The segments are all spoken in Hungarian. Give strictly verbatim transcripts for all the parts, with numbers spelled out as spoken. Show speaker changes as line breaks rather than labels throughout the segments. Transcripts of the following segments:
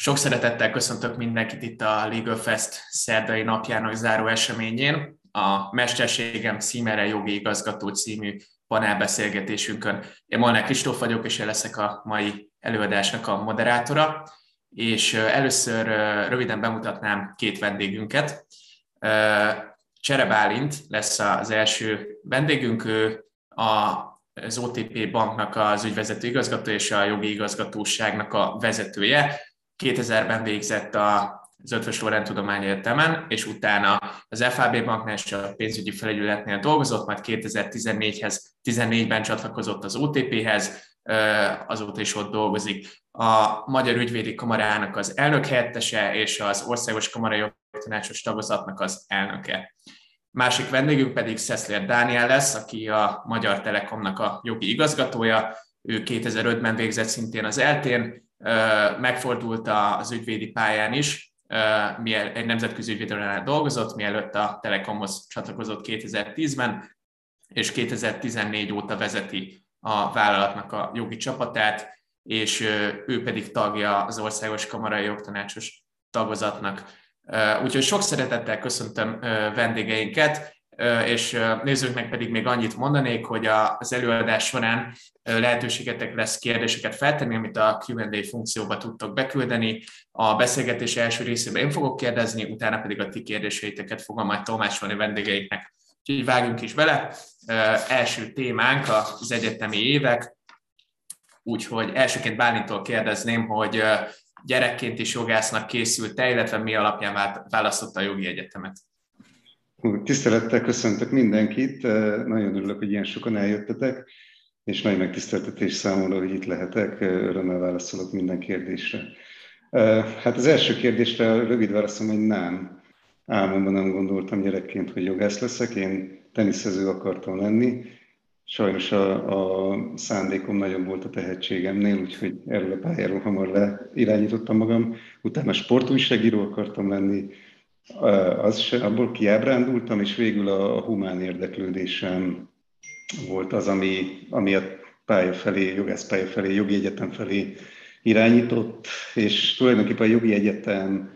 Sok szeretettel köszöntök mindenkit itt a Legal Fest szerdai napjának záró eseményén. A Mesterségem címere jogi igazgató című panelbeszélgetésünkön. Én Molnár Kristóf vagyok, és én leszek a mai előadásnak a moderátora. És először röviden bemutatnám két vendégünket. Csere Bálint lesz az első vendégünk, ő az o té pé banknak az ügyvezető igazgató és a jogi igazgatóságnak a vezetője. kétezerben végzett az Eötvös Loránd Tudományegyetemen, és utána az ef á bé banknál és a pénzügyi felügyeletnél dolgozott, majd kétezer-tizennégyhez, tizennégyben csatlakozott az o té péhez, azóta is ott dolgozik. A Magyar Ügyvédi Kamarának az elnökhelyettese és az Országos Kamarai Jogtanácsos Tagozatnak az elnöke. Másik vendégünk pedig Szeszlér Dániel lesz, aki a Magyar Telekomnak a jogi igazgatója. Ő kétezer-ötben végzett szintén az é el té-n, megfordult az ügyvédi pályán is, egy nemzetközi ügyvédőnál dolgozott, mielőtt a Telekomhoz csatlakozott kétezer-tízben, és kétezer-tizennégy óta vezeti a vállalatnak a jogi csapatát, és ő pedig tagja az Országos Kamarai Jogtanácsos Tagozatnak. Úgyhogy sok szeretettel köszöntöm vendégeinket, és nézőknek pedig még annyit mondanék, hogy az előadás során lehetőségetek lesz kérdéseket feltenni, amit a Q and A funkcióba tudtok beküldeni. A beszélgetés első részében én fogok kérdezni, utána pedig a ti kérdéseiteket fogom majd tolmácsolni vendégeinknek. Úgyhogy vágjunk is bele. Első témánk az egyetemi évek, úgyhogy elsőként Bálintól kérdezném, hogy gyerekként is jogásznak készült-e, illetve mi alapján választotta a jogi egyetemet?
Tisztelettel köszöntök mindenkit, nagyon örülök, hogy ilyen sokan eljöttetek, és nagy megtiszteltetés számomra, hogy itt lehetek, örömmel válaszolok minden kérdésre. Hát az első kérdésre a rövid válaszom, hogy nem. Álmomban nem gondoltam gyerekként, hogy jogász leszek, én teniszező akartam lenni. Sajnos a, a szándékom nagyobb volt a tehetségemnél, úgyhogy erről a pályáról hamar leirányítottam magam. Utána sportújságíró akartam lenni, az se, abból kiábrándultam, és végül a, a humán érdeklődésem volt az, ami, ami a pálya felé, jogászpálya felé, jogi egyetem felé irányított, és tulajdonképpen a jogi egyetem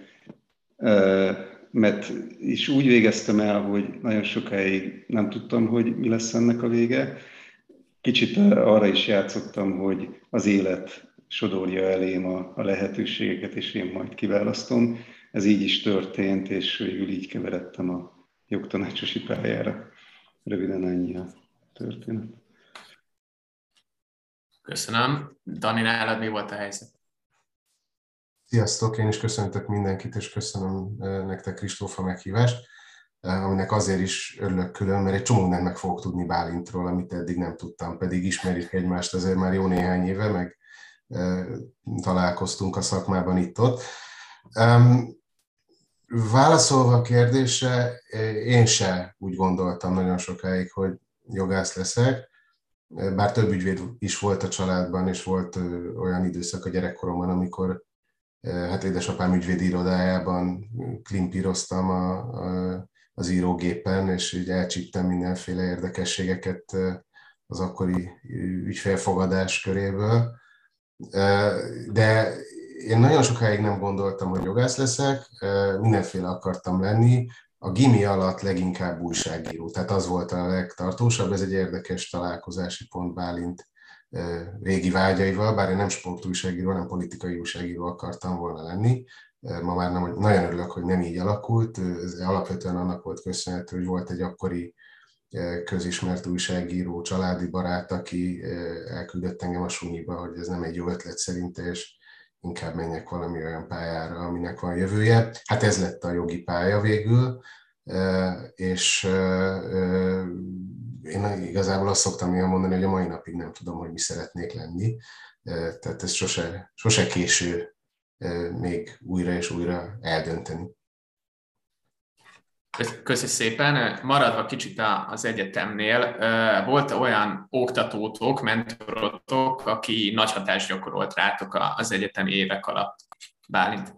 mert is úgy végeztem el, hogy nagyon sokáig nem tudtam, hogy mi lesz ennek a vége. Kicsit arra is játszottam, hogy az élet sodorja elém a, a lehetőségeket, és én majd kiválasztom. Ez így is történt, és végül így keveredtem a jogtanácsosi pályára. Röviden ennyi a történet.
Köszönöm. Dani, nálad mi volt a helyzet?
Sziasztok, én is köszöntök mindenkit, és köszönöm nektek, Kristóf, a meghívást, aminek azért is örülök külön, mert egy csomó mindent meg fogok tudni Bálintról, amit eddig nem tudtam, pedig ismerjük egymást azért már jó néhány éve, meg találkoztunk a szakmában itt-ott. Válaszolva a kérdésre, én se úgy gondoltam nagyon sokáig, hogy jogász leszek, bár több ügyvéd is volt a családban, és volt olyan időszak a gyerekkoromban, amikor hát édesapám ügyvédi irodájában klimpíroztam a, a, az írógépen, és így elcsíptem mindenféle érdekességeket az akkori ügyfélfogadás köréből. De én nagyon sokáig nem gondoltam, hogy jogász leszek, mindenféle akartam lenni. A gimi alatt leginkább újságíró, tehát az volt a legtartósabb, ez egy érdekes találkozási pont Bálint régi vágyaival, bár én nem sportújságíró, hanem politikai újságíró akartam volna lenni. Ma már nem, nagyon örülök, hogy nem így alakult. Ez alapvetően annak volt köszönhető, hogy volt egy akkori közismert újságíró, családi barát, aki elküldött engem a sunyiba, hogy ez nem egy jó ötlet szerinte, és inkább menjek valami olyan pályára, aminek van jövője. Hát ez lett a jogi pálya végül, és én igazából azt szoktam néha mondani, hogy a mai napig nem tudom, hogy mi szeretnék lenni. Tehát ez sose, sose késő még újra és újra eldönteni.
Köszi szépen. Maradva kicsit az egyetemnél, volt olyan oktatótok, mentorotok, aki nagy hatást gyakorolt rátok az egyetemi évek alatt? Bálint?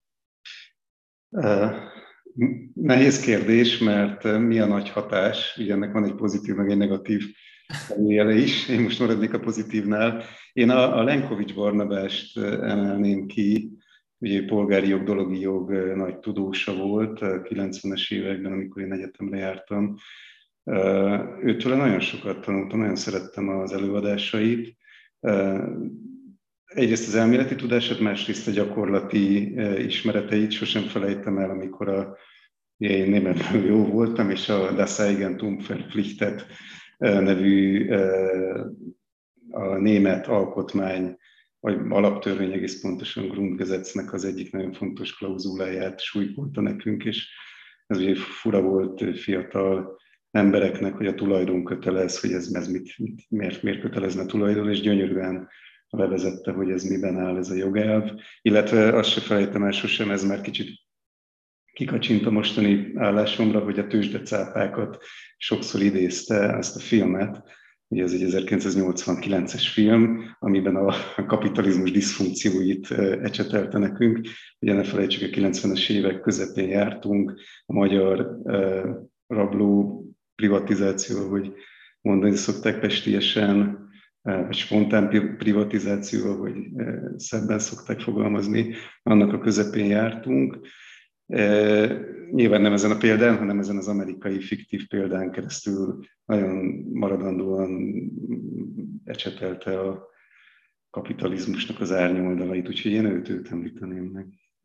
Nehéz kérdés, mert mi a nagy hatás? Ugye ennek van egy pozitív, meg egy negatív jele is. Én most maradnék a pozitívnál. Én a, a Lenkovics Barnabást emelném ki, ugye polgári jog, dologi jog nagy tudósa volt a kilencvenes években, amikor én egyetemre jártam. Őtől nagyon sokat tanultam, nagyon szerettem az előadásait. Egyrészt az elméleti tudását, másrészt a gyakorlati ismereteit sosem felejtem el, amikor a, én németül jó voltam, és a Das Eigentum verpflichtet nevű a német alkotmány, vagy alaptörvény egész pontosan Grundgesetznek az egyik nagyon fontos klauzuláját súlykolta nekünk, és ez ugye fura volt fiatal embereknek, hogy a tulajdon kötelez, hogy ez, ez mit, mit, miért, miért kötelezne tulajdon, és gyönyörűen levezette, hogy ez miben áll ez a jogelv. Illetve azt se felejtem el sosem, ez már kicsit kikacsint a mostani állásomra, hogy a tőzsdecápákat sokszor idézte ezt a filmet. Ugye ez egy ezerkilencszáznyolcvankilences film, amiben a kapitalizmus diszfunkcióit ecsetelte nekünk. Ugye ne felejtsük, a kilencvenes évek közepén jártunk, a magyar rabló privatizáció, hogy mondani szokták pestiesen, vagy spontán privatizáció, vagy szebben szokták fogalmazni, annak a közepén jártunk. Nyilván nem ezen a példán, hanem ezen az amerikai fiktív példán keresztül nagyon maradandóan ecsetelte a kapitalizmusnak az árnyoldalait, úgyhogy én őt, őt említeném meg.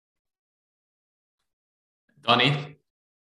Dani?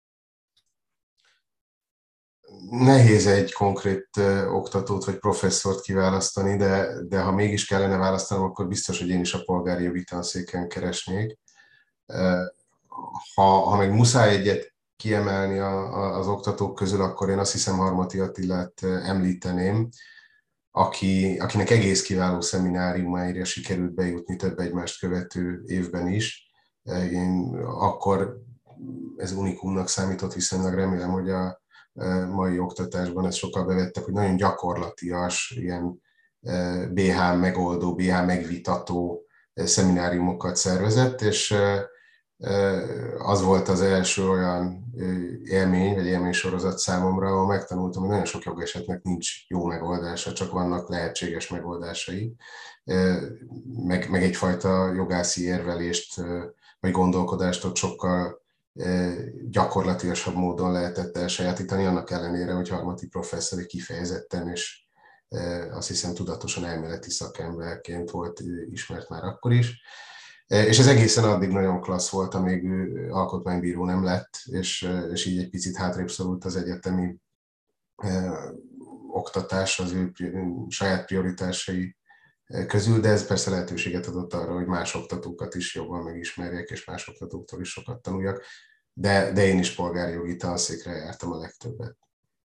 Nehéz egy konkrét oktatót vagy professzort kiválasztani, de, de ha mégis kellene választanom, akkor biztos, hogy én is a polgári jogi tanszéken keresnék. Ha, ha meg muszáj egyet kiemelni a, a, az oktatók közül, akkor én azt hiszem Harmati Attilát említeném, aki, akinek egész kiváló szemináriumáira sikerült bejutni több egymást követő évben is. Én akkor ez unikumnak számított, viszonylag remélem, hogy a mai oktatásban ezt sokkal bevettek, hogy nagyon gyakorlatias, ilyen bé há megoldó, bé há megvitató szemináriumokat szervezett, és az volt az első olyan élmény, vagy élménysorozat számomra, ahol megtanultam, hogy nagyon sok jogesetnek nincs jó megoldása, csak vannak lehetséges megoldásai, meg, meg egyfajta jogászi érvelést, vagy gondolkodást ott sokkal gyakorlatilasabb módon lehetett elsajátítani, annak ellenére, hogy Harmati professzor kifejezetten és azt hiszem tudatosan elméleti szakemberként volt ismert már akkor is. És ez egészen addig nagyon klassz volt, amíg ő alkotmánybíró nem lett, és, és így egy picit hátrébb szorult az egyetemi eh, oktatás az ő saját prioritásai közül, de ez persze lehetőséget adott arra, hogy más oktatókat is jobban megismerjek, és más oktatóktól is sokat tanuljak, de, de én is polgári jogi tanszékre jártam a legtöbbet.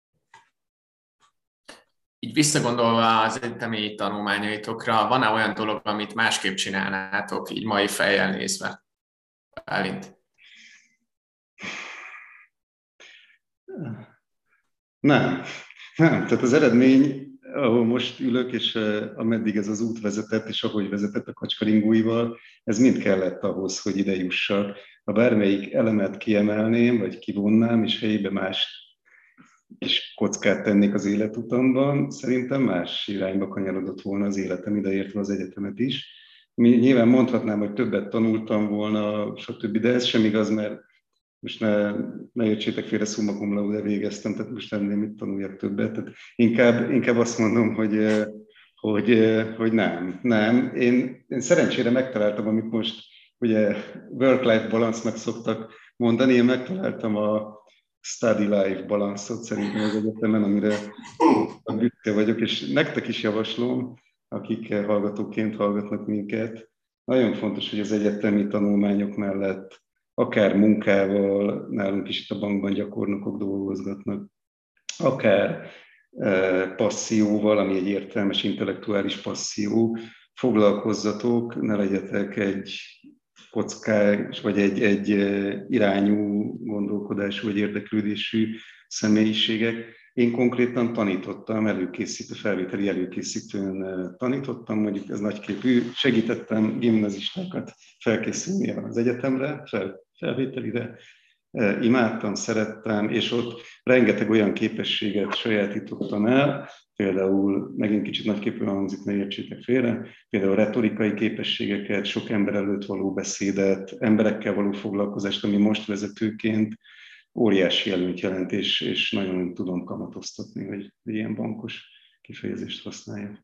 Így visszagondolva az egyetemi tanulmányaitokra, van-e olyan dolog, amit másképp csinálnátok, így mai fejjel nézve? Bálint.
Nem, nem. Tehát az eredmény, ahol most ülök, és ameddig ez az út vezetett, és ahogy vezetett a kacskaringóival, ez mind kellett ahhoz, hogy ide jussak. Ha bármelyik elemet kiemelném, vagy kivonnám, és helyébe más és kockát tennék az életutamban, szerintem más irányba kanyarodott volna az életem, ideértve az egyetemet is. Nyilván mondhatnám, hogy többet tanultam volna, stb., de ez sem igaz, mert most ne, ne értsétek félre, summa cum laude végeztem, tehát most nem mit tanuljak többet. Tehát inkább, inkább azt mondom, hogy, hogy, hogy nem. nem. Én, én szerencsére megtaláltam, amit most ugye work-life balance-nak szoktak mondani, én megtaláltam a study life balanszot szerintem az egyetemen, amire büszke vagyok, és nektek is javaslom, akik hallgatóként hallgatnak minket. Nagyon fontos, hogy az egyetemi tanulmányok mellett akár munkával, nálunk is itt a bankban gyakornokok dolgozgatnak, akár passzióval, ami egy értelmes intellektuális passzió, foglalkozzatok, ne legyetek egy kockás, vagy egy, egy irányú gondolkodású, vagy érdeklődésű személyiségek. Én konkrétan tanítottam, előkészítő, felvételi előkészítőn tanítottam, mondjuk ez nagyképű, segítettem gimnazistákat felkészülni az egyetemre, fel, felvételire, imádtam, szerettem, és ott rengeteg olyan képességet sajátítottam el, például, megint kicsit nagyképűen hangzik, ne értsétek félre, például retorikai képességeket, sok ember előtt való beszédet, emberekkel való foglalkozást, ami most vezetőként óriási előnyt jelent, és, és nagyon tudom kamatoztatni, hogy ilyen bankos kifejezést használjak.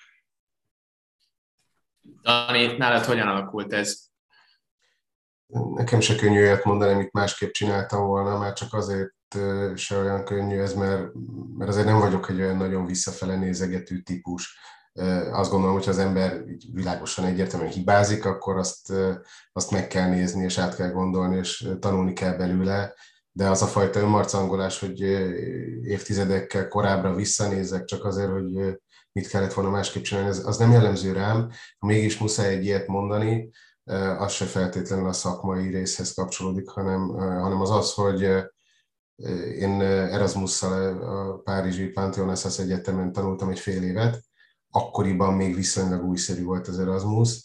Dani, nálad hogyan alakult ez?
Nekem se könnyű olyat mondani, amit másképp csináltam volna, már csak azért se olyan könnyű ez, mert, mert azért nem vagyok egy olyan nagyon visszafele nézegető típus. Azt gondolom, hogy ha az ember világosan egyértelműen hibázik, akkor azt, azt meg kell nézni, és át kell gondolni, és tanulni kell belőle. De az a fajta önmarcangolás, hogy évtizedekkel korábbra visszanézek, csak azért, hogy mit kellett volna másképp csinálni, az nem jellemző rám. Ha mégis muszáj egy ilyet mondani, az se feltétlenül a szakmai részhez kapcsolódik, hanem, hanem az az, hogy én Erasmusszal a párizsi Panthéon-Assas Egyetemen tanultam egy fél évet, akkoriban még viszonylag újszerű volt az Erasmus.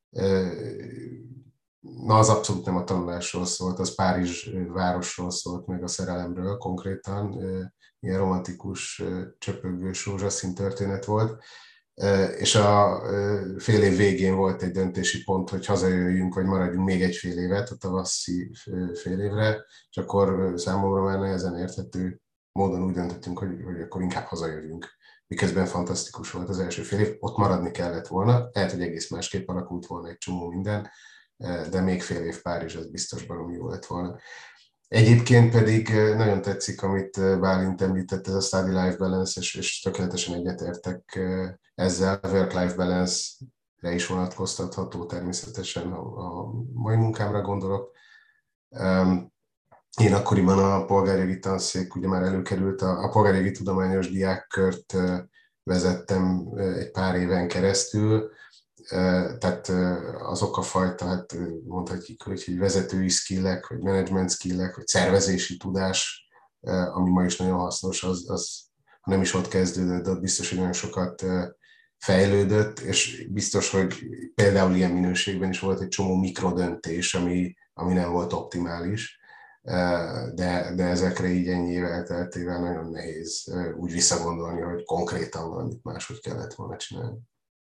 Na, az abszolút nem a tanulásról szólt, az Párizs városról szólt, meg a szerelemről konkrétan. Ilyen romantikus, csöpögős, rózsaszín történet volt. És a fél év végén volt egy döntési pont, hogy hazajöjjünk, vagy maradjunk még egy fél évet, a tavaszi fél évre, és akkor számomra már nehezen érthető módon úgy döntöttünk, hogy, hogy akkor inkább hazajövünk. Miközben fantasztikus volt az első fél év, ott maradni kellett volna, lehet, hogy egész másképp alakult volna egy csomó minden, de még fél év Párizs, az biztos baromi jó lett volna. Egyébként pedig nagyon tetszik, amit Bálint említett, ez a study-life balance, és, és tökéletesen egyetértek ezzel, a work-life balance-re is vonatkoztatható természetesen, a, a mai munkámra gondolok. Én akkoriban a polgárjogi tanszék, ugye már előkerült, a, a polgárjogi tudományos diákkört vezettem egy pár éven keresztül, tehát azok a fajta, hát mondhatjuk, hogy vezetői skillek, vagy management skillek, vagy szervezési tudás, ami ma is nagyon hasznos, az, az ha nem is ott kezdődött, de ott biztos, hogy nagyon sokat fejlődött, és biztos, hogy például ilyen minőségben is volt egy csomó mikrodöntés, ami, ami nem volt optimális, de, de ezekre így ennyi év elteltével nagyon nehéz úgy visszagondolni, hogy konkrétan valamit máshogy kellett volna csinálni.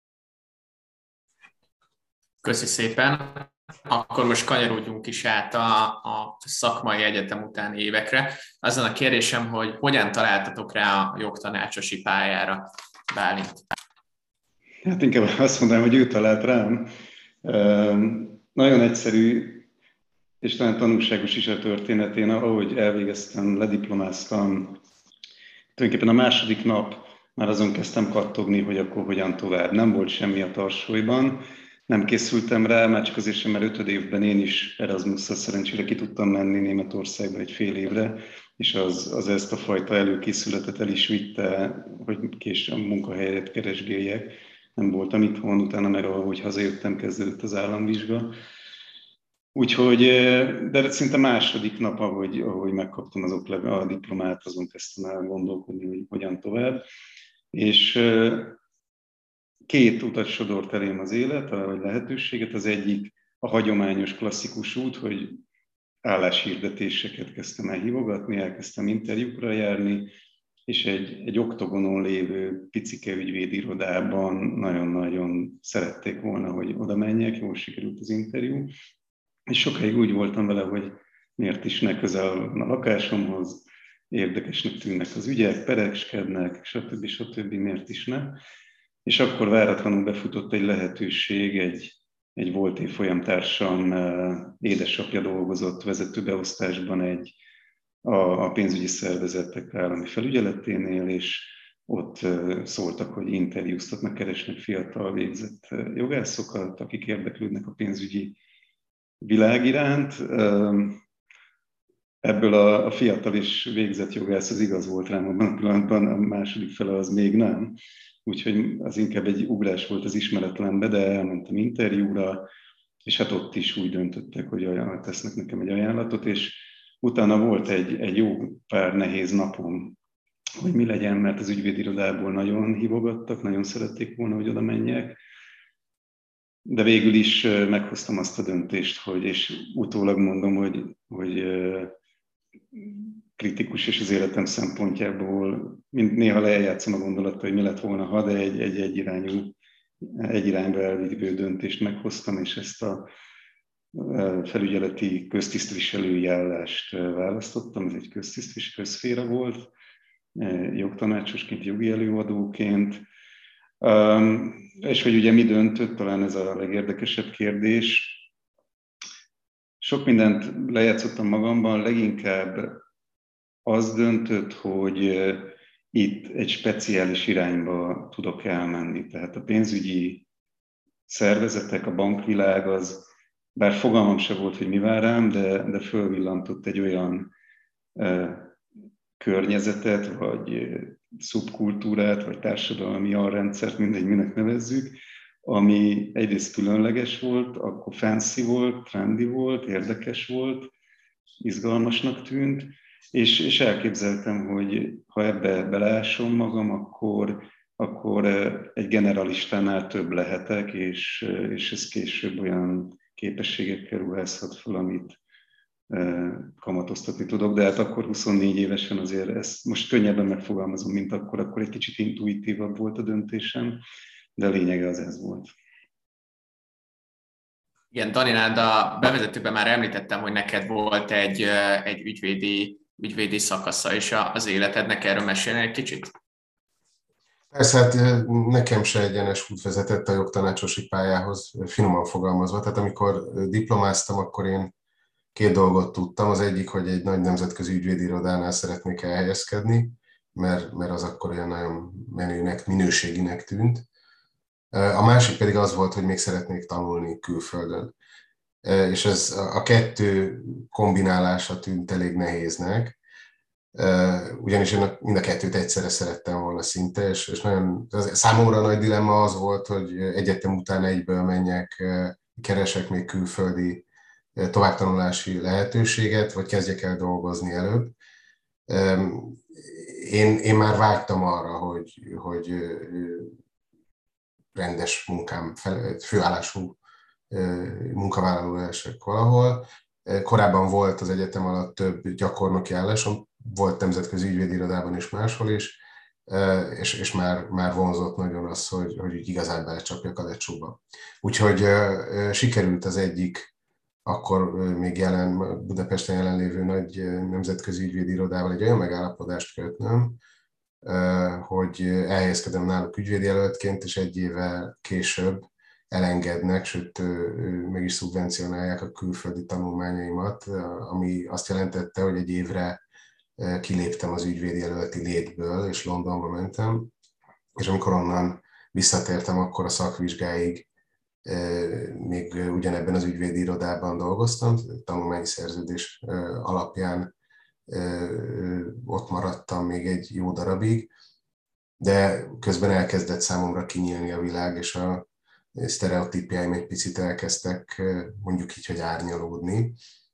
Köszi szépen. Akkor most kanyarodjunk is át a, a szakmai egyetem utáni évekre. Azon a kérdésem, hogy hogyan találtatok rá a jogtanácsosi pályára, Bálint?
Hát inkább azt mondanám, hogy ő talált rám. Nagyon egyszerű, és talán tanulságos is a történetén, ahogy elvégeztem, lediplomáztam. Tulajdonképpen a második nap már azon kezdtem kattogni, hogy akkor hogyan tovább. Nem volt semmi a tarsolyban. Nem készültem rá, már csak azért sem, mert ötöd évben én is Erasmusszal szerencsére ki tudtam menni Németországba egy fél évre, és az, az ezt a fajta előkészületet el is vitte, hogy később munkahelyet keresgéljek. Nem voltam itthon, utána meg ahogy hazajöttem, kezdődött az államvizsga. Úgyhogy, de szinte második nap, ahogy, ahogy megkaptam az okleve, a diplomát, azon kezdtem el gondolkodni, hogy hogyan tovább. És két utat sodort elém az élet, vagy lehetőséget. Az egyik a hagyományos klasszikus út, hogy álláshirdetéseket kezdtem el hívogatni, elkezdtem interjúkra járni, és egy, egy oktogonon lévő picike ügyvédirodában nagyon-nagyon szerették volna, hogy oda menjek, jól sikerült az interjú. És sokáig úgy voltam vele, hogy miért is ne közel a lakásomhoz, érdekesnek tűnnek az ügyek, pereskednek, stb. stb. Miért is ne. És akkor váratlanul befutott egy lehetőség, egy, egy volt évfolyamtársam édesapja dolgozott vezetőbeosztásban egy, a, a pénzügyi szervezetek állami felügyeleténél, és ott szóltak, hogy interjúztatnak, keresnek fiatal végzett jogászokat, akik érdeklődnek a pénzügyi világ iránt. Ebből a, a fiatal és végzett jogász az igaz volt rám abban a pillanatban, a második fele az még nem. Úgyhogy az inkább egy ugrás volt az ismeretlenbe, de elmentem interjúra, és hát ott is úgy döntöttek, hogy ajánlat, tesznek nekem egy ajánlatot, és utána volt egy, egy jó pár nehéz napom, hogy mi legyen, mert az ügyvédirodából nagyon hívogattak, nagyon szerették volna, hogy oda menjek. De végül is meghoztam azt a döntést, hogy, és utólag mondom, hogy, hogy kritikus, és az életem szempontjából néha lejátszom a gondolattal, hogy mi lett volna, ha, de egy, egy, egy, irányú, egy irányba elvívő döntést meghoztam, és ezt a felügyeleti köztisztviselői állást választottam. Ez egy köztisztviselő, közszféra volt, jogtanácsosként, jogi előadóként. És hogy ugye mi döntött, talán ez a legérdekesebb kérdés. Sok mindent lejátszottam magamban, leginkább az döntött, hogy itt egy speciális irányba tudok elmenni. Tehát a pénzügyi szervezetek, a bankvilág az, bár fogalmam se volt, hogy mi vár rám, de, de fölvillantott egy olyan e, környezetet, vagy szubkultúrát, vagy társadalmi alrendszert, mindegy, minek nevezzük, ami egyrészt különleges volt, akkor fancy volt, trendy volt, érdekes volt, izgalmasnak tűnt, és, és elképzeltem, hogy ha ebbe beleásom magam, akkor, akkor egy generalistánál több lehetek, és, és ez később olyan képességekkel ruházhat fel, amit kamatoztatni tudok, de hát akkor huszonnégy évesen azért ezt most könnyebben megfogalmazom, mint akkor, akkor egy kicsit intuitívabb volt a döntésem, de a lényege az ez volt.
Igen, Daninád, a bevezetőben már említettem, hogy neked volt egy, egy ügyvédi, ügyvédi szakasza is az életednek, erről mesélni egy kicsit?
Persze, hát nekem se egyenes út vezetett a jogtanácsosi pályához, finoman fogalmazva. Tehát amikor diplomáztam, akkor én két dolgot tudtam. Az egyik, hogy egy nagy nemzetközi ügyvédirodánál szeretnék elhelyezkedni, mert, mert az akkor olyan nagyon menőnek, minőséginek tűnt. A másik pedig az volt, hogy még szeretnék tanulni külföldön. És ez a kettő kombinálása tűnt elég nehéznek, ugyanis én mind a kettőt egyszerre szerettem volna szinte, és, és nagyon, az, számomra nagy dilemma az volt, hogy egyetem után egyből menjek, keresek még külföldi továbbtanulási lehetőséget, vagy kezdjek el dolgozni előbb. Én, én már vágytam arra, hogy, hogy rendes munkám, főállású munkavállaló lehessek valahol. Korábban volt az egyetem alatt több gyakornoki állásom, volt nemzetközi ügyvédirodában is máshol is, és, és már, már vonzott nagyon az, hogy, hogy igazán belecsapjak a lecsóba. Úgyhogy sikerült az egyik, akkor még jelen, Budapesten jelenlévő nagy nemzetközi ügyvédirodával egy olyan megállapodást kötnöm, hogy elhelyezkedem náluk ügyvédjelöltként, és egy évvel később elengednek, sőt meg is szubvencionálják a külföldi tanulmányaimat, ami azt jelentette, hogy egy évre kiléptem az ügyvédjelölti létből, és Londonba mentem, és amikor onnan visszatértem, akkor a szakvizsgáig még ugyanebben az ügyvédi irodában dolgoztam, tanulmányi szerződés alapján ott maradtam még egy jó darabig, de közben elkezdett számomra kinyílni a világ, és a sztereotípiáim egy picit elkezdtek mondjuk így, hogy árnyalódni.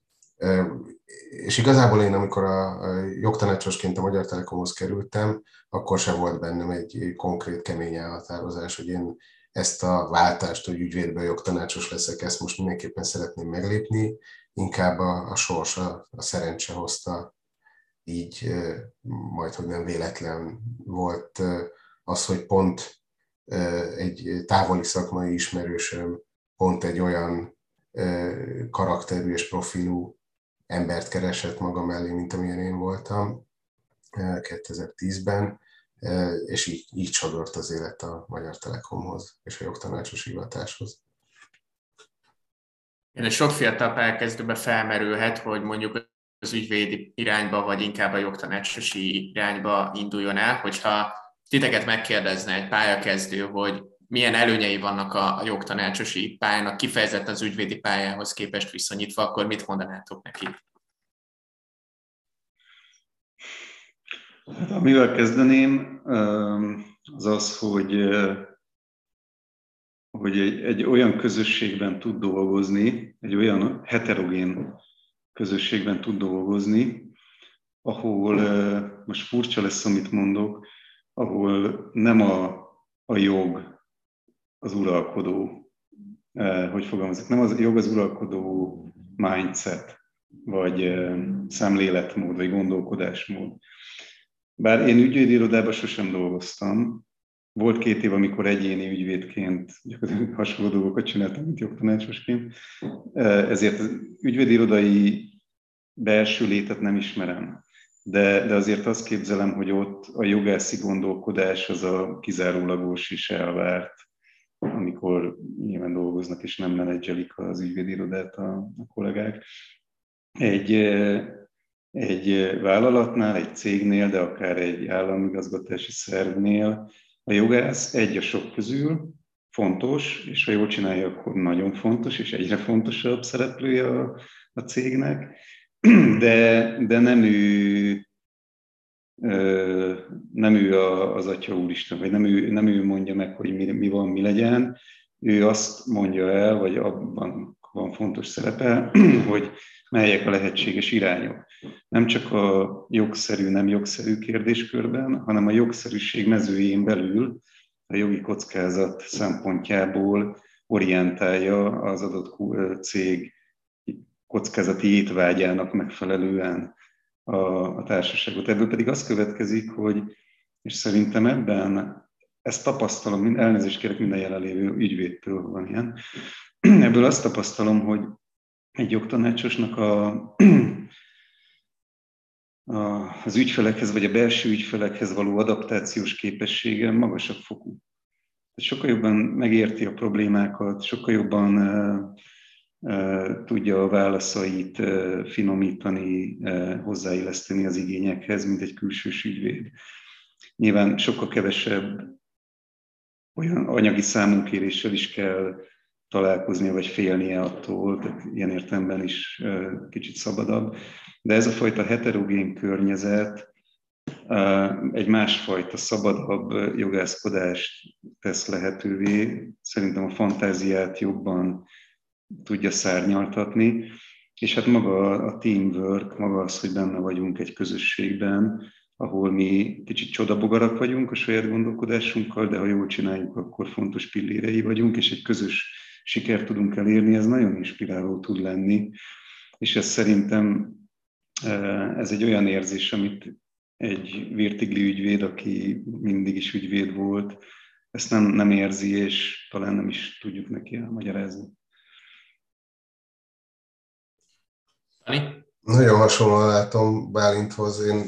És igazából én, amikor a jogtanácsosként a Magyar Telekomhoz kerültem, akkor sem volt bennem egy konkrét, kemény elhatározás, hogy én ezt a váltást, hogy ügyvédből jogtanácsos leszek, ezt most mindenképpen szeretném meglépni, inkább a, a sors, a, a szerencse hozta, így majdhogy nem véletlen volt az, hogy pont egy távoli szakmai ismerősöm pont egy olyan karakterű és profilú embert keresett maga mellé, mint amilyen én voltam kétezer-tízben, és így, így sodort az élet a Magyar Telekomhoz és a jogtanácsos hivatáshoz.
Én sok fiatal pályakezdőben felmerülhet, hogy mondjuk az ügyvédi irányba, vagy inkább a jogtanácsosi irányba induljon el, hogyha titeket megkérdezne egy pályakezdő, hogy milyen előnyei vannak a jogtanácsosi pályának kifejezetten az ügyvédi pályához képest viszonyítva, akkor mit mondanátok neki?
Hát, amivel kezdeném, az az, hogy, hogy egy, egy olyan közösségben tud dolgozni, egy olyan heterogén közösségben tud dolgozni, ahol, most furcsa lesz, amit mondok, ahol nem a, a jog az uralkodó, hogy fogalmazok, nem az jog az uralkodó mindset, vagy szemléletmód, vagy gondolkodásmód. Bár én ügyvédirodában sosem dolgoztam, volt két év, amikor egyéni ügyvédként hasonló dolgokat csináltam, mint jogtanácsosként, ezért az ügyvédirodai belső létet nem ismerem. De, de azért azt képzelem, hogy ott a jogászi gondolkodás az a kizárólagos és elvárt, amikor nyilván dolgoznak és nem menedzselik az ügyvédirodát a, a kollégák. Egy, egy vállalatnál, egy cégnél, de akár egy államigazgatási szervnél a jogász egy a sok közül fontos, és ha jól csinálja, akkor nagyon fontos, és egyre fontosabb szereplője a, a cégnek, de, de nem ő nem ő az Atya Úristen, vagy nem ő, nem ő mondja meg, hogy mi, mi van, mi legyen. Ő azt mondja el, vagy abban van fontos szerepe, hogy melyek a lehetséges irányok. Nem csak a jogszerű, nem jogszerű kérdéskörben, hanem a jogszerűség mezőjén belül a jogi kockázat szempontjából orientálja az adott cég kockázati étvágyának megfelelően a, a társaságot. Ebből pedig az következik, hogy, és szerintem ebben, ezt tapasztalom, elnézést kérek minden jelenlévő ügyvédtől, van ilyen, ebből azt tapasztalom, hogy egy jogtanácsosnak a, a, az ügyfelekhez, vagy a belső ügyfelekhez való adaptációs képessége magasabb fokú. Sokkal jobban megérti a problémákat, sokkal jobban uh, uh, tudja a válaszait uh, finomítani, uh, hozzáilleszteni az igényekhez, mint egy külsős ügyvéd. Nyilván sokkal kevesebb olyan anyagi számunkéréssel is kell találkoznia, vagy félnie attól, tehát ilyen értelemben is uh, kicsit szabadabb. De ez a fajta heterogén környezet egy másfajta, szabadabb jogászkodást tesz lehetővé. Szerintem a fantáziát jobban tudja szárnyaltatni, és hát maga a teamwork, maga az, hogy benne vagyunk egy közösségben, ahol mi kicsit csodabogarak vagyunk a saját gondolkodásunkkal, de ha jól csináljuk, akkor fontos pillérei vagyunk, és egy közös sikert tudunk elérni, ez nagyon inspiráló tud lenni, és ez szerintem ez egy olyan érzés, amit egy virtigli ügyvéd, aki mindig is ügyvéd volt, ezt nem, nem érzi, és talán nem is tudjuk neki elmagyarázni.
Ani?
Nagyon hasonlóan látom Bálinthoz. Én,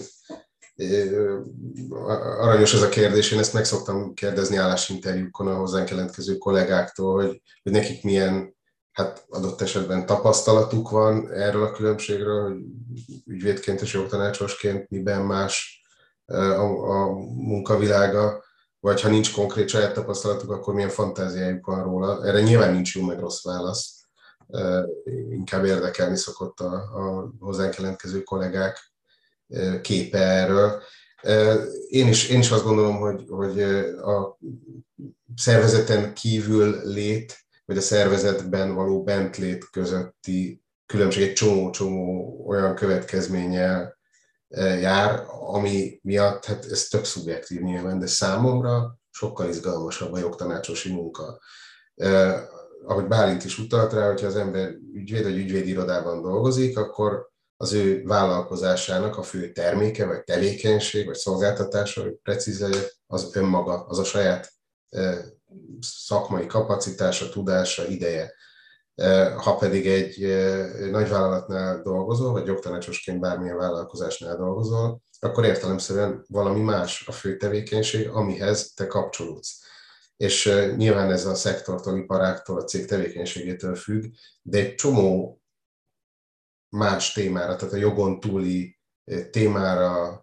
aranyos ez a kérdés, én ezt meg szoktam kérdezni állásinterjúkon a hozzánk jelentkező kollégáktól, hogy, hogy nekik milyen hát adott esetben tapasztalatuk van erről a különbségről, hogy ügyvédként és jogtanácsosként miben más a, a munkavilága, vagy ha nincs konkrét saját tapasztalatuk, akkor milyen fantáziájuk van róla. Erre nyilván nincs jó meg rossz válasz. Inkább érdekelni szokott a, a hozzánk jelentkező kollégák képe erről. Én is, én is azt gondolom, hogy, hogy a szervezeten kívül lét, vagy a szervezetben való bentlét közötti különbség egy csomó-csomó olyan következménnyel jár, ami miatt, hát ez tök szubjektív nyilván, de számomra sokkal izgalmasabb a jogtanácsosi munka. Eh, ahogy Bálint is utalt rá, hogyha az ember ügyvéd vagy ügyvédirodában dolgozik, akkor az ő vállalkozásának a fő terméke, vagy tevékenység, vagy szolgáltatása, hogy precíz legyek, az önmaga, az a saját eh, szakmai kapacitása, tudása, ideje. Ha pedig egy nagyvállalatnál dolgozol, vagy jogtanácsosként bármilyen vállalkozásnál dolgozol, akkor értelemszerűen valami más a fő tevékenység, amihez te kapcsolódsz. És nyilván ez a szektortól, iparáktól, a cég tevékenységétől függ, de egy csomó más témára, tehát a jogon túli témára,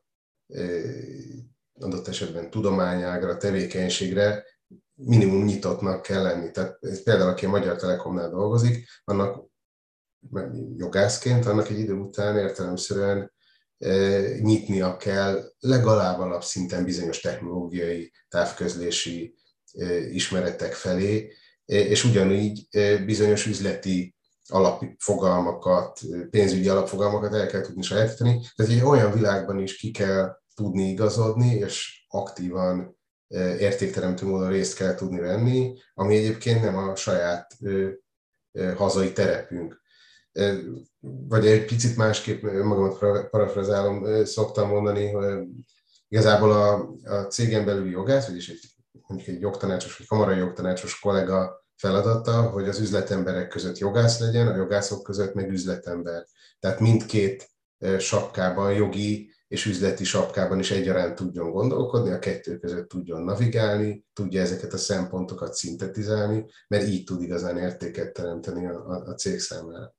adott esetben tudományágra, tevékenységre minimum nyitottnak kell lenni. Tehát például, aki a Magyar Telekomnál dolgozik, annak jogászként, annak egy idő után értelemszerűen e, nyitnia kell legalább alapszinten bizonyos technológiai, távközlési e, ismeretek felé, e, és ugyanígy e, bizonyos üzleti alapfogalmakat, pénzügyi alapfogalmakat el kell tudni sajátítani. Tehát egy olyan világban is ki kell tudni igazodni, és aktívan értékteremtő módon részt kell tudni venni, ami egyébként nem a saját ö, ö, hazai terepünk. vagy egy picit másképp magamat parafrazálom, szoktam mondani, hogy igazából a, a cégen belüli jogász, vagyis egy, mondjuk egy jogtanácsos vagy kamarai jogtanácsos kollega feladata, hogy az üzletemberek között jogász legyen, a jogászok között meg üzletember. Tehát mindkét sapkában, jogi és üzleti sapkában is egyaránt tudjon gondolkodni, a kettő között tudjon navigálni, tudja ezeket a szempontokat szintetizálni, mert így tud igazán értéket teremteni a, a, a cég számára.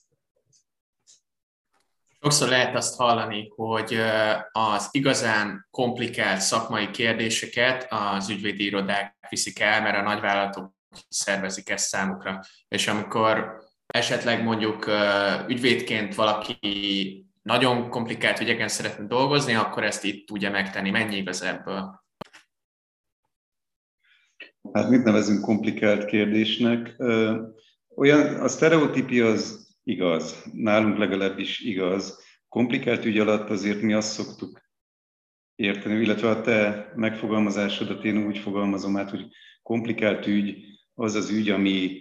Sokszor lehet azt hallani, hogy az igazán komplikált szakmai kérdéseket az ügyvédi irodák viszik el, mert a nagyvállalatok szervezik ezt számukra. És amikor esetleg mondjuk ügyvédként valaki nagyon komplikált ügyeken szeretne dolgozni, akkor ezt itt tudja megtenni. Mennyi igaz ebből?
Hát mit nevezünk komplikált kérdésnek? Olyan, a sztereotípia az igaz, nálunk legalábbis igaz. Komplikált ügy alatt azért mi azt szoktuk érteni, illetve a te megfogalmazásodat én úgy fogalmazom át, hogy komplikált ügy az az ügy, ami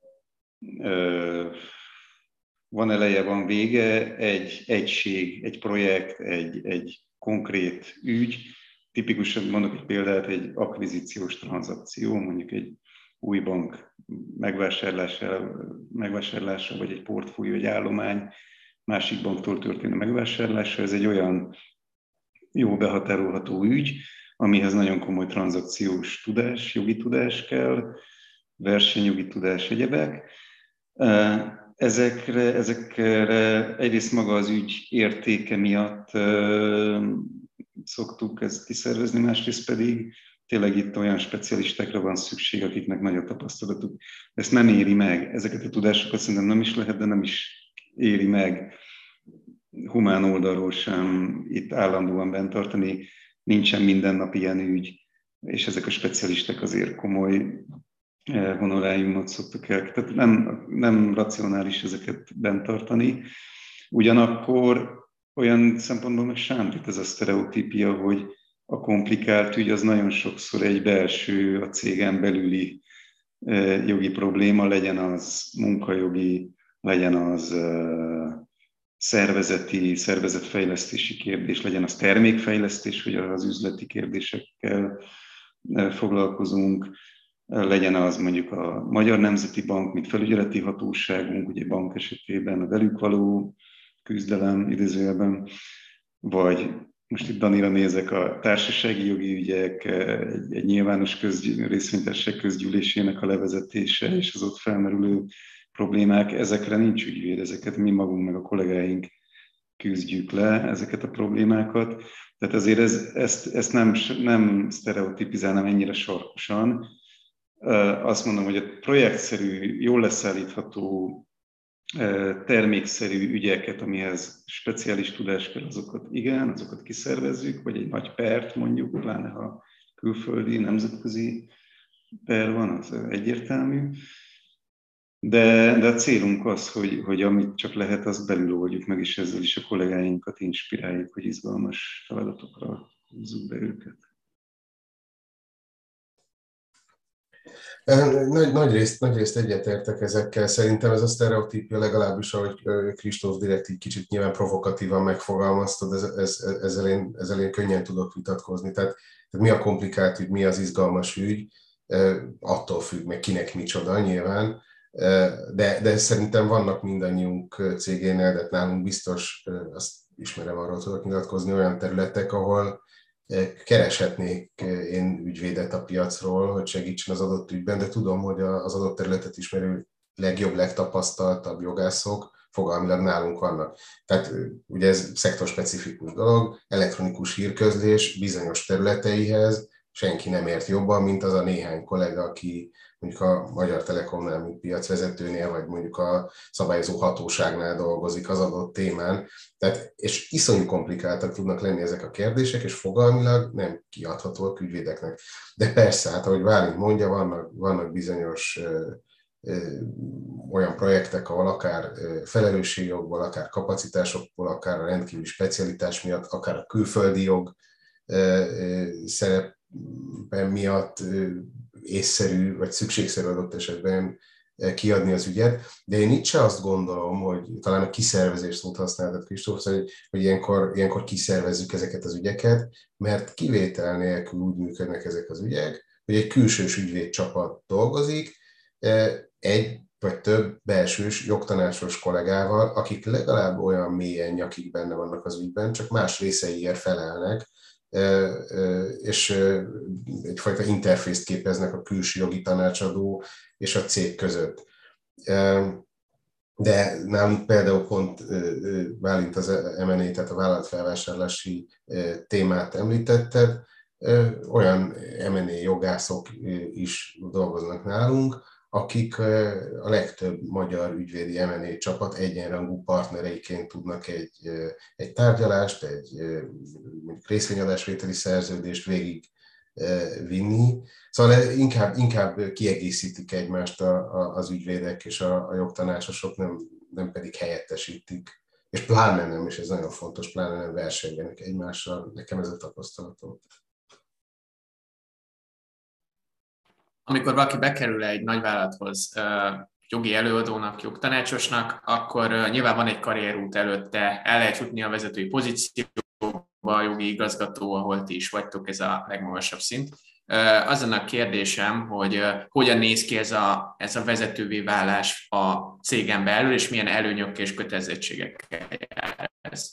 ö, van eleje, van vége, egy egység, egy projekt, egy, egy konkrét ügy. Tipikusan mondok egy példát, egy akvizíciós tranzakció, mondjuk egy új bank megvásárlása, megvásárlása vagy egy portfólió, egy állomány másik banktól történő megvásárlása. Ez egy olyan jó behatárolható ügy, amihez nagyon komoly tranzakciós tudás, jogi tudás kell, versenyjogi tudás, egyebek. Ezekre, ezekre egyrészt maga az ügy értéke miatt szoktuk ezt kiszervezni, másrészt pedig tényleg itt olyan specialistákra van szükség, akiknek nagy a tapasztalatuk. Ezt nem éri meg. Ezeket a tudásokat szerintem nem is lehet, de nem is éri meg humán oldalról sem itt állandóan bent tartani. Nincsen minden nap ilyen ügy, és ezek a specialisták azért komoly honoráriumot szoktak el. Tehát nem, nem racionális ezeket bent tartani. Ugyanakkor olyan szempontból meg sántít ez a sztereotípia, hogy a komplikált ügy az nagyon sokszor egy belső, a cégen belüli jogi probléma, legyen az munkajogi, legyen az szervezeti, szervezetfejlesztési kérdés, legyen az termékfejlesztés, hogy az üzleti kérdésekkel foglalkozunk, legyen az mondjuk a Magyar Nemzeti Bank, mint felügyeleti hatóságunk, ugye bank esetében a velük való küzdelem idézőjelben, vagy most itt Danira nézek, a társasági jogi ügyek, egy, egy nyilvános közgy, részvénytársaság közgyűlésének a levezetése és az ott felmerülő problémák, ezekre nincs ügyvéd, ezeket mi magunk meg a kollégáink küzdjük le, ezeket a problémákat. Tehát azért ez, ezt, ezt nem, nem sztereotipizálnám ennyire sarkosan. Azt mondom, hogy a projektszerű, jól leszállítható, termékszerű ügyeket, amihez speciális tudás kell, azokat igen, azokat kiszervezzük, vagy egy nagy pert mondjuk, pláne ha külföldi, nemzetközi per van, az egyértelmű. De, de a célunk az, hogy, hogy amit csak lehet, azt belül oldjuk meg, és ezzel is a kollégáinkat inspiráljuk, hogy izgalmas feladatokra húzzuk be őket.
Nagy, nagy, részt, nagy részt egyetértek ezekkel. Szerintem ez a sztereotípia, legalábbis, ahogy Kristóf direkt így kicsit nyilván provokatívan megfogalmaztad, ez, ez, ezzel, én, ezzel én könnyen tudok vitatkozni. Tehát, tehát mi a komplikált ügy, mi az izgalmas ügy, attól függ, meg kinek micsoda nyilván, de, de szerintem vannak mindannyiunk cégénél, de nálunk biztos, azt ismerem, arról tudok nyilatkozni, olyan területek, ahol kereshetnék én ügyvédet a piacról, hogy segítsen az adott ügyben, de tudom, hogy az adott területet ismerő legjobb, legtapasztaltabb jogászok fogalmilag nálunk vannak. Tehát ugye ez szektorspecifikus dolog, elektronikus hírközlés bizonyos területeihez senki nem ért jobban, mint az a néhány kollega, aki mondjuk a Magyar Telekomnál, mint piacvezetőnél, vagy mondjuk a szabályozó hatóságnál dolgozik az adott témán. Tehát, és iszonyú komplikáltak tudnak lenni ezek a kérdések, és fogalmilag nem kiadhatóak ügyvédeknek. De persze, hát ahogy Bálint mondja, vannak, vannak bizonyos ö, ö, olyan projektek, ahol akár felelősségjogból, akár kapacitásokból, akár a rendkívüli specialitás miatt, akár a külföldi jog ö, ö, szerepen miatt ö, észszerű, vagy szükségszerű adott esetben kiadni az ügyet, de én itt se azt gondolom, hogy talán a kiszervezés szót használtad, Kristóf, hogy, hogy ilyenkor, ilyenkor kiszervezzük ezeket az ügyeket, mert kivétel nélkül úgy működnek ezek az ügyek, hogy egy külsős ügyvédcsapat dolgozik, egy vagy több belsős jogtanácsos kollégával, akik legalább olyan mélyen nyakig benne vannak az ügyben, csak más részeiért felelnek, és egyfajta interfészt képeznek a külső jogi tanácsadó és a cég között. De nálunk például pont Bálint az em and á, tehát a vállalatfelvásárlási témát említetted, olyan em and á jogászok is dolgoznak nálunk, akik a legtöbb magyar ügyvédi em and á csapat egyenrangú partnereiként tudnak egy, egy tárgyalást, egy részvényadásvételi szerződést végig vinni. Szóval inkább, inkább kiegészítik egymást a, a, az ügyvédek és a, a jogtanácsosok, nem, nem pedig helyettesítik. És pláne nem, és ez nagyon fontos, pláne nem versenybenek egymással. Nekem ez a tapasztalatom.
Amikor valaki bekerül egy nagyvállalathoz jogi előadónak, jogtanácsosnak, akkor nyilván van egy karrierút előtte, el lehet jutni a vezetői pozícióba, a jogi igazgató, ahol ti is vagytok, ez a legmagasabb szint. Az a kérdésem, hogy hogyan néz ki ez a, ez a vezetővé válás a cégen belül, és milyen előnyökkel és kötelezettségekkel jár ez?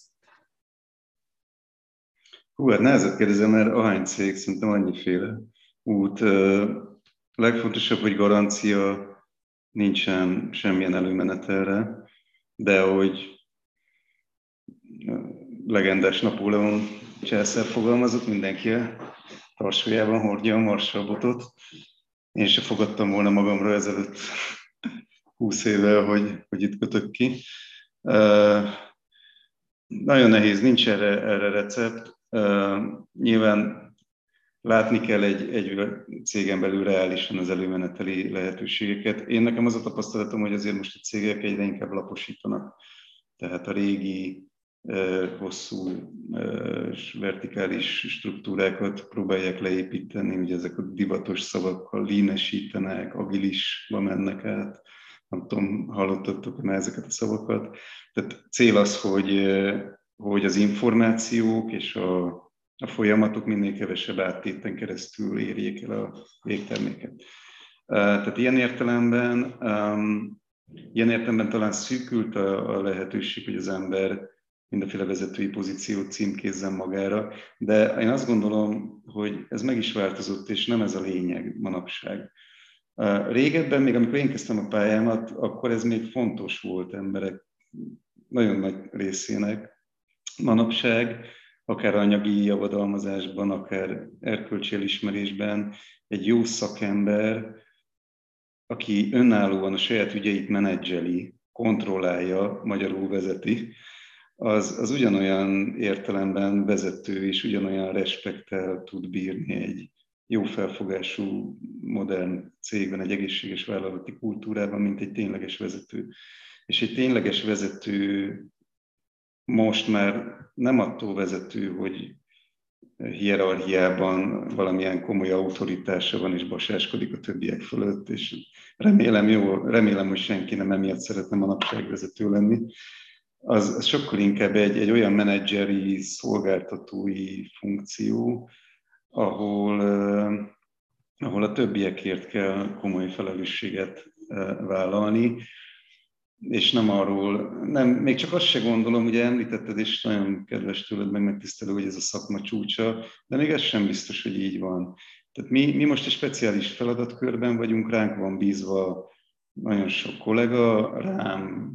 Hú, hát nehezebb kérdezem, mert ahány cég, szerintem annyiféle út. A legfontosabb, hogy garancia nincsen semmilyen előmenetelre, de hogy legendás Napóleon császár fogalmazott, mindenki a tarsójában hordja a marsalbotot. Én se fogadtam volna magamra ezelőtt húsz évvel, hogy, hogy itt kötök ki. Uh, nagyon nehéz, nincs erre, erre recept. Uh, nyilván látni kell egy, egy cégen belül reálisan az előmeneteli lehetőségeket. Én nekem az a tapasztalatom, hogy azért most a cégek egyre inkább laposítanak. Tehát a régi, hosszú vertikális struktúrákat próbálják leépíteni, ugye ezek a divatos szavakkal leanesítenek, agilisba mennek át. Nem tudom, hallottatok már ezeket a szavakat. Tehát cél az, hogy, hogy az információk és a, a folyamatok minél kevesebb áttéten keresztül érjék el a végterméket. Tehát ilyen értelemben, ilyen értelemben talán szűkült a, a lehetőség, hogy az ember mindenféle vezetői pozíciót címkézzen magára, de én azt gondolom, hogy ez meg is változott, és nem ez a lényeg manapság. Régebben, még amikor én kezdtem a pályámat, akkor ez még fontos volt emberek nagyon nagy részének. Manapság, akár anyagi javadalmazásban, akár erkölcsi elismerésben egy jó szakember, aki önállóan a saját ügyeit menedzseli, kontrollálja, magyarul vezeti, az, az ugyanolyan értelemben vezető és ugyanolyan respekttel tud bírni egy jó felfogású, modern cégben, egy egészséges vállalati kultúrában, mint egy tényleges vezető. És egy tényleges vezető most már nem attól vezető, hogy hierarchiában valamilyen komoly autoritása van, és basáskodik a többiek fölött, és remélem, jó, remélem, hogy senki nem emiatt szeretne manapság vezető lenni. Az, az sokkal inkább egy, egy olyan menedzseri, szolgáltatói funkció, ahol, uh, ahol a többiekért kell komoly felelősséget uh, vállalni, és nem arról, nem, még csak azt se gondolom, ugye említetted, és nagyon kedves tőled, meg megtisztelő, hogy ez a szakma csúcsa, de még ez sem biztos, hogy így van. Tehát mi, mi most egy speciális feladatkörben vagyunk, ránk van bízva nagyon sok kollega, rám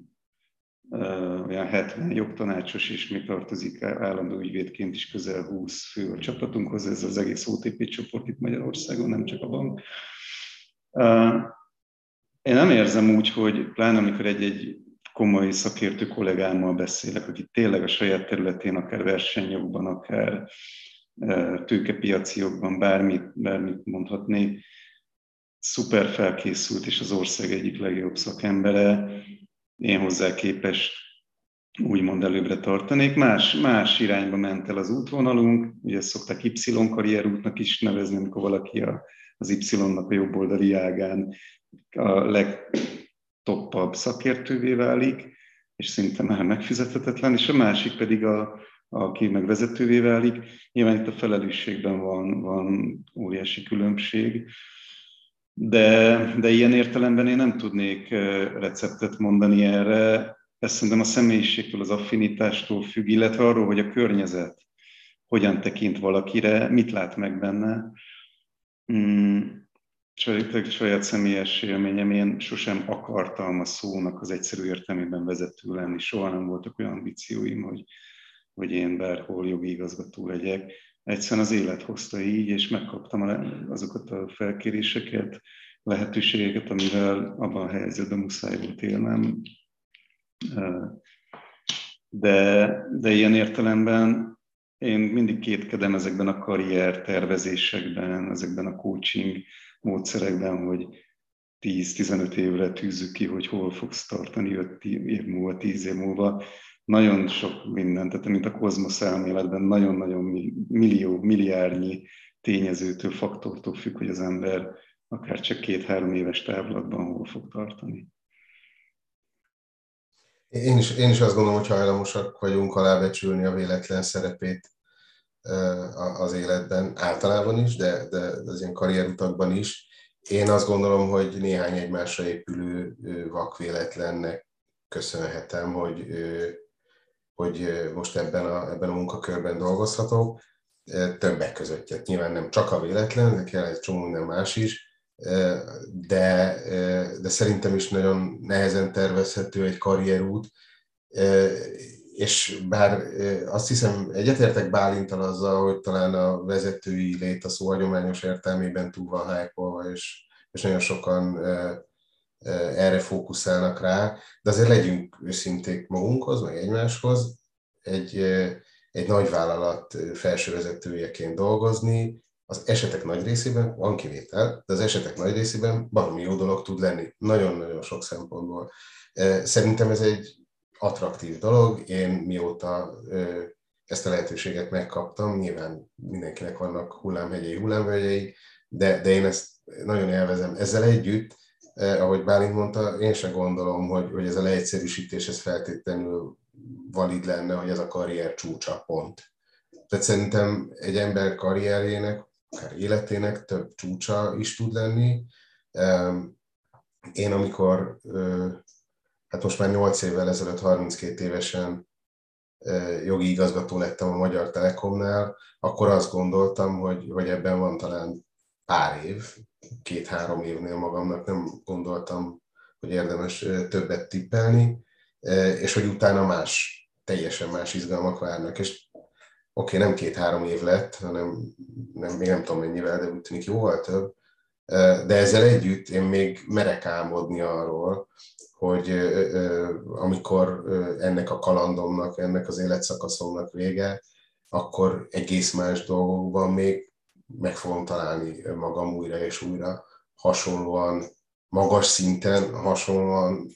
uh, olyan hetven jogtanácsos, és még tartozik állandó ügyvédként is közel húsz fő a csapatunkhoz, ez az egész o té pé csoport itt Magyarországon, nem csak a bank. Uh, Én nem érzem úgy, hogy pláne amikor egy-egy komoly szakértő kollégámmal beszélek, aki tényleg a saját területén, akár versenyjogban, akár tőkepiaci jogban, bármit, bármit mondhatnék, szuper felkészült, és az ország egyik legjobb szakembere, én hozzá képest úgymond előbbre tartanék. Más, más irányba ment el az útvonalunk, ugye ezt szokták Y karrierútnak is nevezni, amikor valaki a, az Y-nak a jobb oldali ágán a legtoppabb szakértővé válik, és szinte már megfizethetetlen, és a másik pedig, a, aki meg vezetővé válik. Nyilván itt a felelősségben van, van óriási különbség, de, de ilyen értelemben én nem tudnék receptet mondani erre. Ez szerintem a személyiségtől, az affinitástól függ, illetve arról, hogy a környezet hogyan tekint valakire, mit lát meg benne. Hmm. Saját személyes élményem, én sosem akartam a szónak az egyszerű értelmében vezető lenni. Soha nem voltak olyan ambícióim, hogy, hogy én bárhol jogi igazgató legyek. Egyszerűen az élet hozta így, és megkaptam azokat a felkéréseket, lehetőségeket, amivel abban a helyzetben muszáj volt élnem. De, de ilyen értelemben én mindig kétkedem ezekben a karrier tervezésekben, ezekben a coaching módszerekben, hogy tíz-tizenöt évre tűzzük ki, hogy hol fogsz tartani öt év múlva, tíz év múlva. Nagyon sok minden, tehát mint a kozmosz elméletben, nagyon-nagyon millió, milliárdnyi tényezőtől, faktortól függ, hogy az ember akár csak két-három éves távlatban hol fog tartani.
Én is, én is azt gondolom, hogy hajlamosak vagyunk alábecsülni a véletlen szerepét az életben, általában is, de, de az ilyen karrierutakban is. Én azt gondolom, hogy néhány egymásra épülő vakvéletlennek köszönhetem, hogy, hogy most ebben a, ebben a munkakörben dolgozhatok. Többek között, nyilván nem csak a véletlen, de kell egy csomó minden más is, de, de szerintem is nagyon nehezen tervezhető egy karrierút, és bár azt hiszem, egyetértek Bálinttal azzal, hogy talán a vezetői lét a szó hagyományos értelmében túl van hype-olva, és, és nagyon sokan erre fókuszálnak rá, de azért legyünk őszinték magunkhoz, meg egymáshoz, egy, egy nagyvállalat felsővezetőjeként dolgozni, az esetek nagy részében, van kivétel, de az esetek nagy részében baromi jó dolog tud lenni, nagyon-nagyon sok szempontból. Szerintem ez egy attraktív dolog, én mióta ezt a lehetőséget megkaptam, nyilván mindenkinek vannak hullámhegyei, hullámvölgyei, de, de én ezt nagyon élvezem. Ezzel együtt, ahogy Bálint mondta, én sem gondolom, hogy, hogy ez a leegyszerűsítés ez feltétlenül valid lenne, hogy ez a karrier csúcsa, pont. Tehát szerintem egy ember karrierjének, akár életének több csúcsa is tud lenni. Én amikor, hát most már nyolc évvel ezelőtt, harminckét évesen jogi igazgató lettem a Magyar Telekomnál, akkor azt gondoltam, hogy, hogy ebben van talán pár év, két-három évnél magamnak nem gondoltam, hogy érdemes többet tippelni, és hogy utána más, teljesen más izgalmak várnak. És oké, okay, nem két-három év lett, hanem nem, még nem tudom mennyivel, de úgy tűnik jóval több. De ezzel együtt én még merek álmodni arról, hogy amikor ennek a kalandomnak, ennek az életszakaszomnak vége, akkor egész más dolgokban még meg fogom találni magam újra és újra, hasonlóan magas szinten, hasonlóan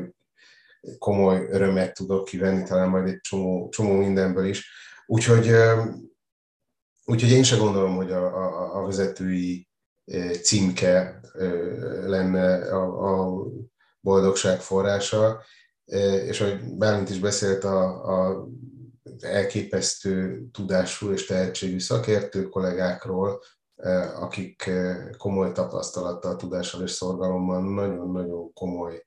komoly örömet tudok kivenni, talán majd egy csomó, csomó mindenből is. Úgyhogy, úgyhogy én sem gondolom, hogy a, a, a vezetői címke lenne a, a boldogság forrása, és ahogy Bálint is beszélt a, a elképesztő tudású és tehetségű szakértő kollégákról, akik komoly tapasztalattal, tudással és szorgalommal nagyon-nagyon komoly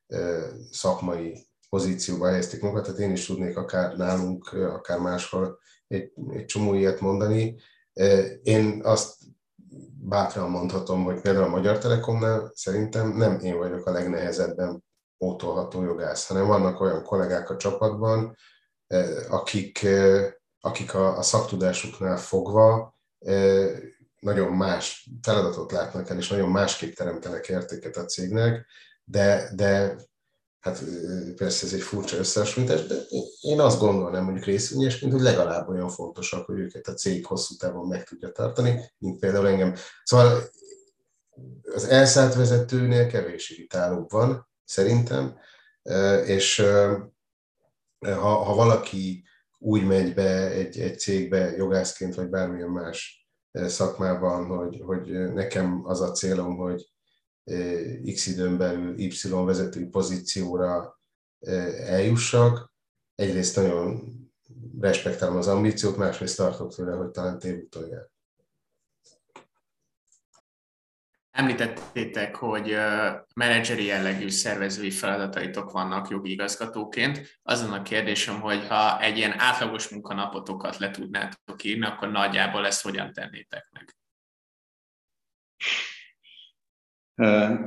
szakmai pozícióba helyezték magukat, tehát én is tudnék akár nálunk, akár máshol egy, egy csomó ilyet mondani. Én azt bátran mondhatom, hogy például a Magyar Telekomnál szerintem nem én vagyok a legnehezebben pótolható jogász, hanem vannak olyan kollégák a csapatban, akik, akik a, a szaktudásuknál fogva nagyon más feladatot látnak el, és nagyon másképp teremtenek értéket a cégnek, de, de hát persze ez egy furcsa összehasonlítás, de én azt gondolnám mondjuk részvényesként, hogy legalább olyan fontosak, hogy őket a cég hosszú távon meg tudja tartani, mint például engem. Szóval az elszállt vezetőnél kevés irritálóbb van, szerintem, és ha, ha valaki úgy megy be egy, egy cégbe jogászként, vagy bármilyen más szakmában, hogy, hogy nekem az a célom, hogy X időn belül Y vezetői pozícióra eljussak. Egyrészt nagyon respektálom az ambíciót, másrészt tartok tőle, hogy talán tévúton.
Említettétek, hogy menedzseri jellegű szervezői feladataitok vannak jogi igazgatóként. Azon a kérdésem, hogy ha egy ilyen átlagos munkanapotokat le tudnátok írni, akkor nagyjából ezt hogyan tennétek meg?
Uh,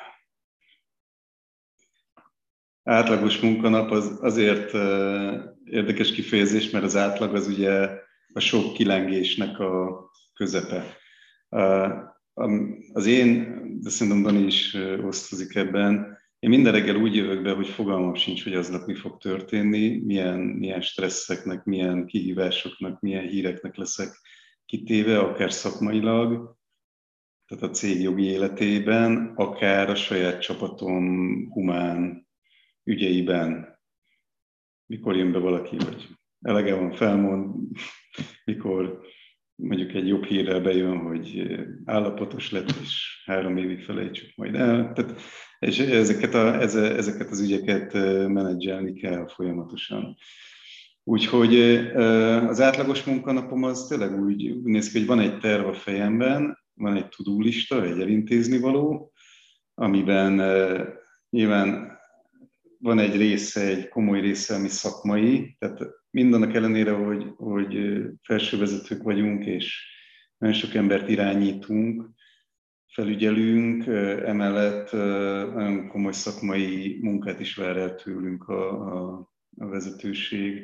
átlagos munkanap az azért uh, érdekes kifejezés, mert az átlag az ugye a sok kilengésnek a közepe. Uh, Az én, de szerintem Dani is osztozik ebben, én minden reggel úgy jövök be, hogy fogalmam sincs, hogy aznap mi fog történni, milyen, milyen stresszeknek, milyen kihívásoknak, milyen híreknek leszek kitéve, akár szakmailag, tehát a cég jogi életében, akár a saját csapatom humán ügyeiben. Mikor jön be valaki, hogy elege van, felmond, mikor mondjuk egy jobb hírrel bejön, hogy állapotos lett, és három évig felejtsük majd el. Tehát, és ezeket, a, ezeket az ügyeket menedzselni kell folyamatosan. Úgyhogy az átlagos munkanapom az tényleg úgy, úgy néz ki, hogy van egy terv a fejemben, van egy to-do lista, egy elintézni való, amiben nyilván van egy része, egy komoly része, ami szakmai, tehát mindannak ellenére, hogy, hogy felsővezetők vagyunk, és nagyon sok embert irányítunk, felügyelünk, emellett nagyon komoly szakmai munkát is vár el tőlünk a, a, a vezetőség.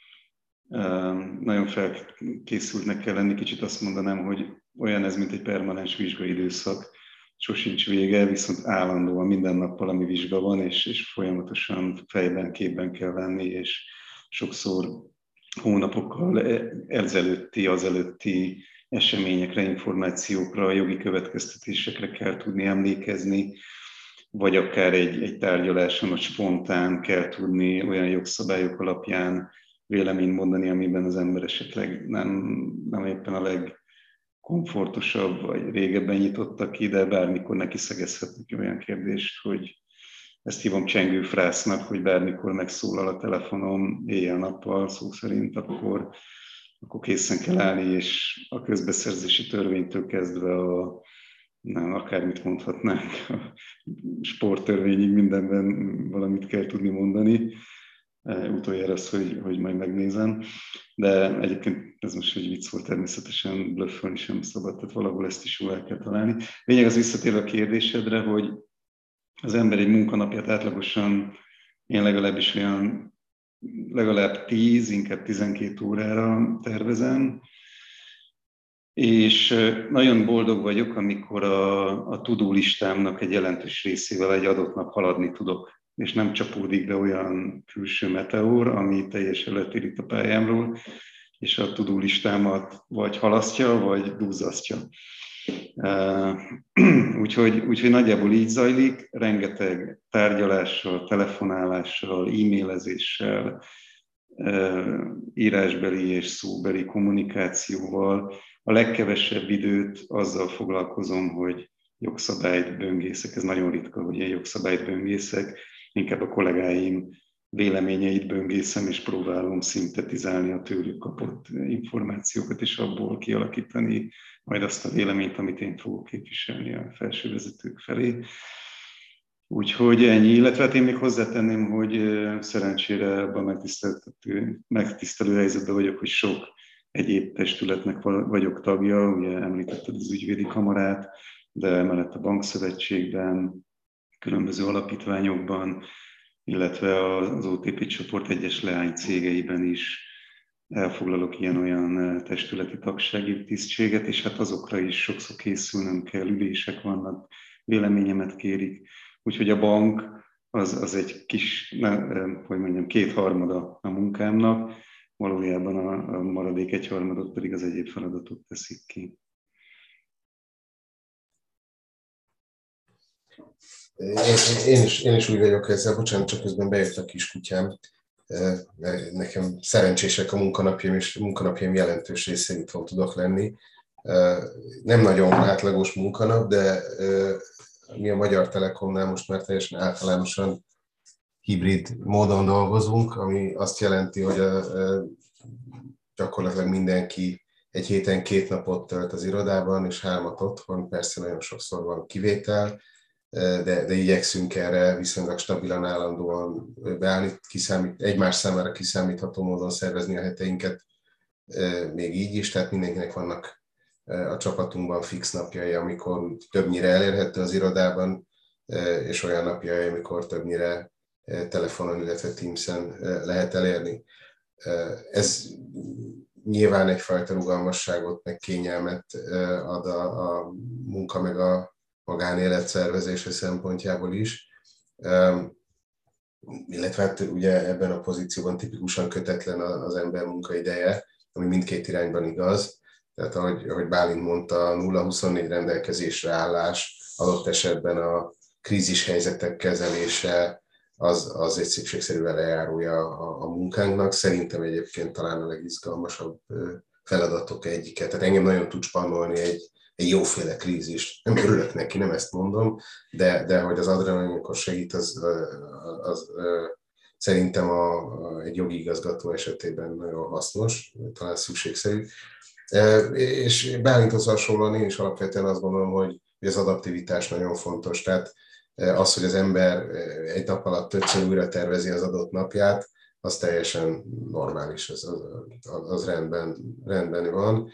Nagyon felkészültnek kell lenni, kicsit azt mondanám, hogy olyan ez, mint egy permanens vizsgaidőszak, sosincs vége, viszont állandóan minden nap valami vizsga van, és, és folyamatosan fejben, képben kell lenni, és sokszor hónapokkal ezelőtti, azelőtti eseményekre, információkra, jogi következtetésekre kell tudni emlékezni, vagy akár egy, egy tárgyaláson, hogy spontán kell tudni olyan jogszabályok alapján véleményt mondani, amiben az ember esetleg nem, nem éppen a legkomfortosabb, vagy régebben nyitottak ki, de bármikor neki szegezhetnek olyan kérdést, hogy ezt hívom csengőfrásznak, hogy bármikor megszólal a telefonom éjjel-nappal, szó szerint, akkor, akkor készen kell állni, és a közbeszerzési törvénytől kezdve a, nem, akármit mondhatnánk, a sporttörvényig mindenben valamit kell tudni mondani. Utoljára az, hogy, hogy majd megnézem. De egyébként ez most egy vicc volt, természetesen blöffölni sem szabad, tehát valahol ezt is jól el kell találni. Lényeg az, visszatér a kérdésedre, hogy az ember egy munkanapját átlagosan, én legalábbis olyan legalább tíz, inkább tizenkét órára tervezem, és nagyon boldog vagyok, amikor a, a to-do listámnak egy jelentős részével egy adott nap haladni tudok, és nem csapódik be olyan külső meteor, ami teljesen letéríт a pályámról, és a to-do listámat vagy halasztja, vagy duzzasztja. Uh, úgyhogy, úgyhogy nagyjából így zajlik, rengeteg tárgyalással, telefonálással, e-mailezéssel, uh, írásbeli és szóbeli kommunikációval. A legkevesebb időt azzal foglalkozom, hogy jogszabályt böngészek. Ez nagyon ritka, hogy én jogszabályt böngészek. Inkább a kollégáim véleményeit böngészem, és próbálom szintetizálni a tőlük kapott információkat, és abból kialakítani majd azt a véleményt, amit én fogok képviselni a felsővezetők felé. Úgyhogy ennyi, illetve hát én még hozzátenném, hogy szerencsére abban megtisztelő, megtisztelő helyzetben vagyok, hogy sok egyéb testületnek vagyok tagja, ugye említetted az ügyvédi kamarát, de emellett a bankszövetségben, különböző alapítványokban, illetve az o té pé csoport egyes leánycégeiben is elfoglalok ilyen-olyan testületi tagsági tisztséget, és hát azokra is sokszor készülnöm kell, ülések vannak, véleményemet kérik. Úgyhogy a bank az, az egy kis, hogy mondjam, kétharmada a munkámnak, valójában a, a maradék egyharmadot pedig az egyéb feladatok teszik ki.
Én, én, is, én is úgy vagyok ezzel, bocsánat, csak közben bejött a kiskutyám. Nekem szerencsések a munkanapjaim, és a munkanapjaim jelentős részén itthon tudok lenni. Nem nagyon átlagos munkanap, de mi a Magyar Telekomnál most már teljesen általánosan hibrid módon dolgozunk, ami azt jelenti, hogy a, a, gyakorlatilag mindenki egy héten két napot tölt az irodában, és hármat otthon, persze nagyon sokszor van kivétel, de, de igyekszünk erre viszonylag stabilan, állandóan beállni, kiszámít, egymás számára kiszámítható módon szervezni a heteinket, még így is, tehát mindenkinek vannak a csapatunkban fix napjai, amikor többnyire elérhető az irodában, és olyan napjai, amikor többnyire telefonon, illetve Teams-en lehet elérni. Ez nyilván egyfajta rugalmasságot, meg kényelmet ad a, a munka, meg a magánélet szervezése szempontjából is. Illetve hát ugye ebben a pozícióban tipikusan kötetlen az ember munkaideje, ami mindkét irányban igaz. Tehát ahogy, ahogy Bálint mondta, nulla huszonnégy rendelkezésre állás, adott esetben a krízis helyzetek kezelése, az, az egy szükségszerű velejárója a, a munkánknak. Szerintem egyébként talán a legizgalmasabb feladatok egyike. Tehát engem nagyon tud spannolni egy, egy jóféle krízis. Nem örülök neki, nem ezt mondom, de, de hogy az adrenalin, amikor segít, az, az, az szerintem a, a, egy jogi igazgató esetében nagyon hasznos, talán szükségszerű. És Bálinthoz hasonlóan én is alapvetően azt gondolom, hogy az adaptivitás nagyon fontos. Tehát az, hogy az ember egy nap alatt többször újra tervezi az adott napját, az teljesen normális, az, az, az rendben, rendben van.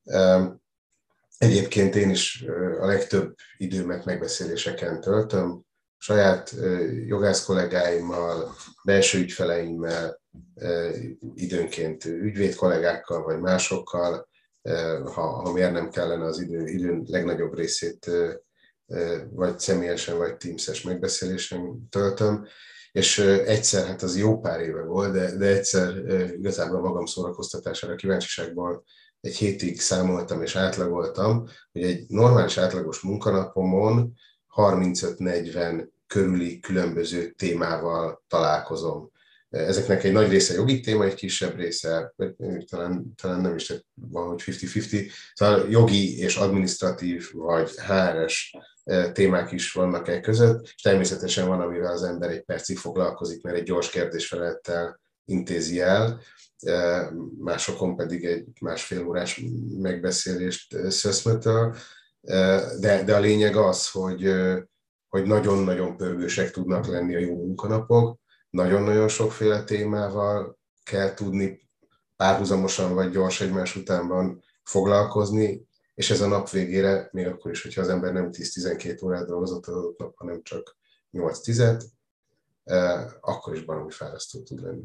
Egyébként én is a legtöbb időmet megbeszéléseken töltöm, saját jogász kollégáimmal, belső ügyfeleimmel, időnként ügyvéd kollégákkal vagy másokkal, ha, ha miért nem kellene az idő, időn legnagyobb részét vagy személyesen, vagy Teams-es megbeszélésen töltöm, és egyszer, hát az jó pár éve volt, de, de egyszer igazából magam szórakoztatására, kíváncsiságból egy hétig számoltam és átlagoltam, hogy egy normális átlagos munkanapomon harmincöt-negyven körüli különböző témával találkozom. Ezeknek egy nagy része jogi téma, egy kisebb része, talán, talán nem is van, hogy fifty-fifty, szóval jogi és adminisztratív vagy há er es témák is vannak e között, és természetesen van, amivel az ember egy percig foglalkozik, mert egy gyors kérdésfelettel intézi el, másokon pedig egy másfél órás megbeszélést szöszmötöl, de, de a lényeg az, hogy, hogy nagyon-nagyon pörgősek tudnak lenni a jó munkanapok, nagyon-nagyon sokféle témával kell tudni párhuzamosan vagy gyors egymás utánban foglalkozni, és ez a nap végére, még akkor is, hogyha az ember nem tíz-tizenkét órát dolgozott az adott nap, hanem csak nyolc-tíz, akkor is baromi fárasztó tud lenni.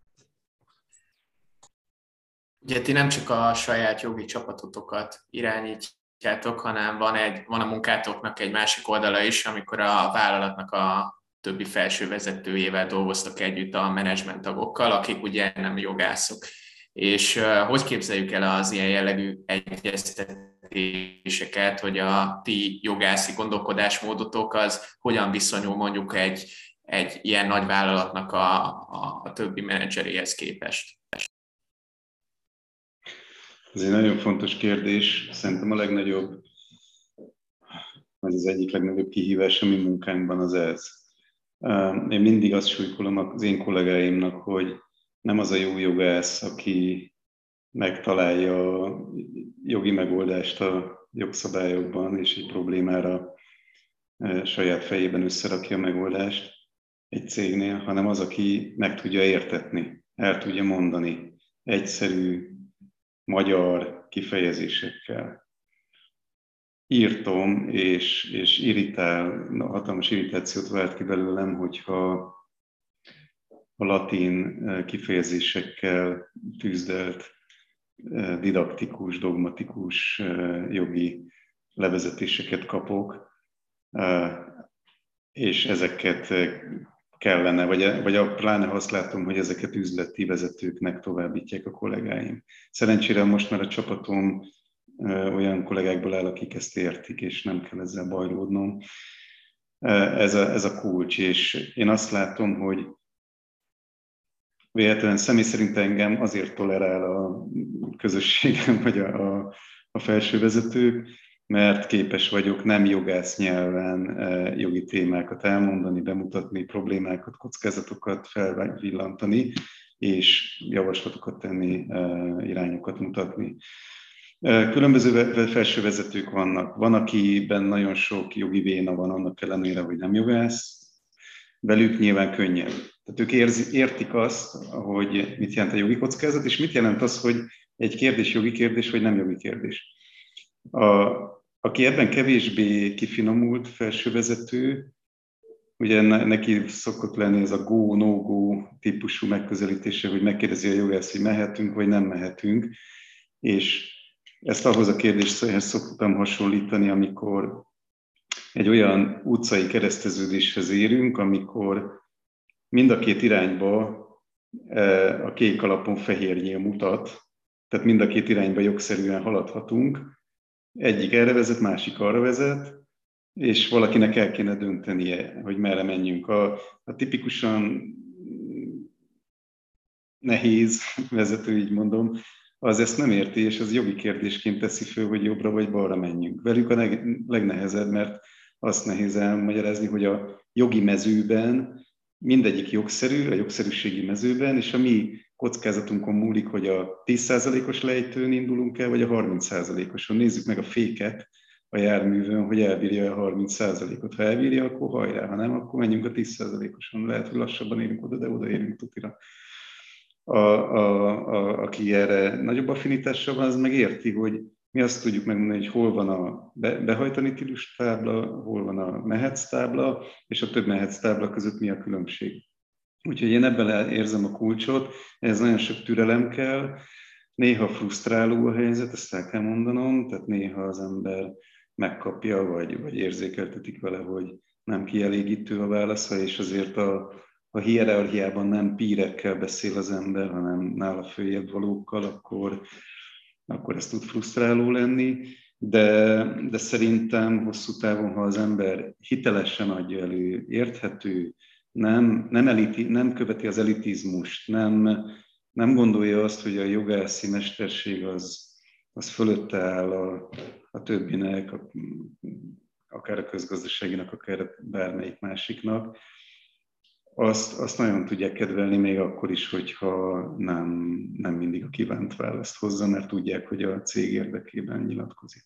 Ugye ti nem csak a saját jogi csapatotokat irányítjátok, hanem van, egy, van a munkátoknak egy másik oldala is, amikor a vállalatnak a többi felső vezetőjével dolgoztak együtt, a menedzsment tagokkal, akik ugye nem jogászok. És uh, hogy képzeljük el az ilyen jellegű egyeztetéseket, hogy a ti jogászi gondolkodásmódotok az hogyan viszonyul mondjuk egy, egy ilyen nagy vállalatnak a, a, a többi menedzseréhez képest?
Ez egy nagyon fontos kérdés. Szerintem a legnagyobb, ez az egyik legnagyobb kihívás a mi munkánkban az ez. Én mindig azt súlykolom az én kollégáimnak, hogy nem az a jó jogász, aki megtalálja a jogi megoldást a jogszabályokban, és egy problémára saját fejében összerakja a megoldást egy cégnél, hanem az, aki meg tudja értetni, el tudja mondani egyszerű, magyar kifejezésekkel. Írtom, és, és irritál, hatalmas irritációt vált ki belőlem, hogyha a latin kifejezésekkel tűzdelt, didaktikus, dogmatikus jogi levezetéseket kapok, és ezeket kellene, vagy, vagy a pláne azt látom, hogy ezeket üzleti vezetőknek továbbítják a kollégáim. Szerencsére most már a csapatom olyan kollégákból áll, akik ezt értik, és nem kell ezzel bajlódnom. Ez a, ez a kulcs, és én azt látom, hogy véletlenül személy szerint engem azért tolerál a közösségem, vagy a, a, a felső vezetők, mert képes vagyok nem jogász nyelven jogi témákat elmondani, bemutatni, problémákat, kockázatokat felvillantani, és javaslatokat tenni, irányokat mutatni. Különböző felső vezetők vannak. Van, akiben nagyon sok jogi véna van, annak ellenére, hogy nem jogász. Velük nyilván könnyebb. Tehát ők érzi, értik azt, hogy mit jelent a jogi kockázat, és mit jelent az, hogy egy kérdés jogi kérdés, vagy nem jogi kérdés. A, aki ebben kevésbé kifinomult felsővezető, ugye neki szokott lenni ez a go, no-go típusú megközelítése, hogy megkérdezi a jogász, hogy mehetünk, vagy nem mehetünk, és ezt ahhoz a kérdéshez szoktam hasonlítani, amikor egy olyan utcai kereszteződéshez érünk, amikor mind a két irányba a kék alapon fehér nyíl mutat, tehát mind a két irányba jogszerűen haladhatunk. Egyik erre vezet, másik arra vezet, és valakinek el kéne döntenie, hogy merre menjünk. A, a tipikusan nehéz vezető, így mondom, az ezt nem érti, és az jogi kérdésként teszi föl, hogy jobbra vagy balra menjünk. Velük a legnehezebb, mert azt nehéz elmagyarázni, hogy a jogi mezőben mindegyik jogszerű, a jogszerűségi mezőben, és a mi kockázatunkon múlik, hogy a tíz százalékos lejtőn indulunk el, vagy a harminc százalékoson. Nézzük meg a féket a járművön, hogy elbírja a harminc százalékot. Ha elbírja, akkor hajrá, ha nem, akkor menjünk a tíz százalékoson. Lehet, hogy lassabban érünk oda, de oda érünk tutira. A, a, a, aki erre nagyobb affinitással van, az meg érti, hogy mi azt tudjuk megmondani, hogy hol van a be, behajtani tilus tábla, hol van a mehetsz tábla, és a több mehetsz tábla között mi a különbség. Úgyhogy én ebben érzem a kulcsot, ez nagyon sok türelem kell, néha frusztráló a helyzet, ezt el kell mondanom, tehát néha az ember megkapja, vagy, vagy érzékeltetik vele, hogy nem kielégítő a válasza, és azért a, a hierarchiában nem pírekkel beszél az ember, hanem nála följebb valókkal, akkor, akkor ez tud frusztráló lenni, de, de szerintem hosszú távon, ha az ember hitelesen adja elő, érthető, nem, nem, eliti, nem követi az elitizmust, nem, nem gondolja azt, hogy a jogászi mesterség az, az fölötte áll a, a többinek, a, akár a közgazdaságinak, akár bármelyik másiknak, azt, azt nagyon tudják kedvelni még akkor is, hogyha nem, nem mindig a kívánt választ hozza, mert tudják, hogy a cég érdekében nyilatkozik.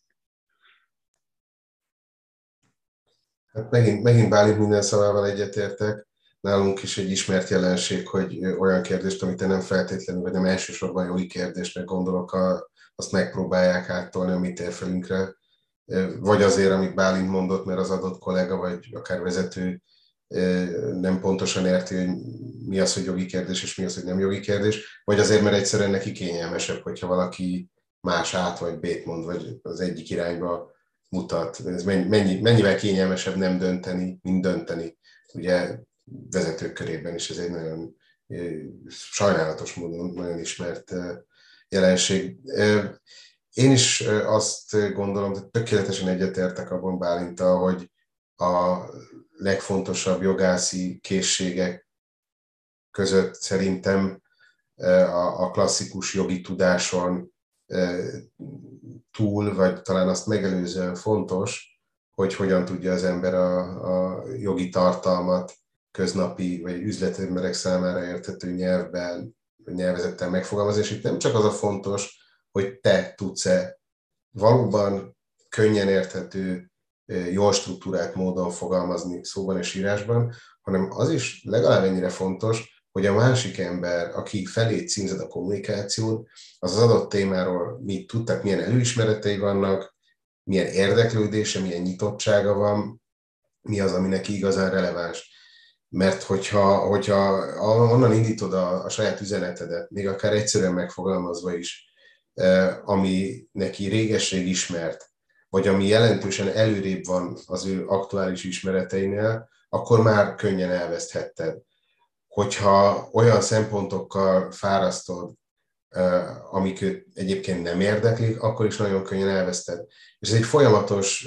Hát megint, megint Bálint minden szavával egyetértek. Nálunk is egy ismert jelenség, hogy olyan kérdést, amit nem feltétlenül, vagy nem elsősorban jogi kérdésnek gondolok, azt megpróbálják áttolni a mi térfelünkre. Vagy azért, amit Bálint mondott, mert az adott kollega, vagy akár vezető nem pontosan érti, hogy mi az, hogy jogi kérdés, és mi az, hogy nem jogi kérdés, vagy azért, mert egyszerűen neki kényelmesebb, hogyha valaki más át vagy B-t mond, vagy az egyik irányba mutat. Ez mennyi, mennyivel kényelmesebb nem dönteni, mint dönteni. Ugye vezetők körében is ez egy nagyon sajnálatos módon nagyon ismert jelenség. Én is azt gondolom, hogy tökéletesen egyetértek abban Bálinttal, hogy a legfontosabb jogászi készségek között szerintem a klasszikus jogi tudáson túl, vagy talán azt megelőzően fontos, hogy hogyan tudja az ember a, a jogi tartalmat köznapi vagy üzletemberek számára érthető nyelvben, nyelvezettel megfogalmazni, és itt nem csak az a fontos, hogy te tudsz-e valóban könnyen érthető, jól struktúrált módon fogalmazni szóban és írásban, hanem az is legalább ennyire fontos, hogy a másik ember, aki felé címzed a kommunikációt, az az adott témáról mit tud, tehát milyen előismeretei vannak, milyen érdeklődése, milyen nyitottsága van, mi az, ami neki igazán releváns. Mert hogyha, hogyha onnan indítod a, a saját üzenetedet, még akár egyszerűen megfogalmazva is, ami neki régesség ismert, vagy ami jelentősen előrébb van az ő aktuális ismereteinél, akkor már könnyen elveszthetted. Hogyha olyan szempontokkal fárasztod, amik őt egyébként nem érdeklik, akkor is nagyon könnyen elveszted. És ez egy folyamatos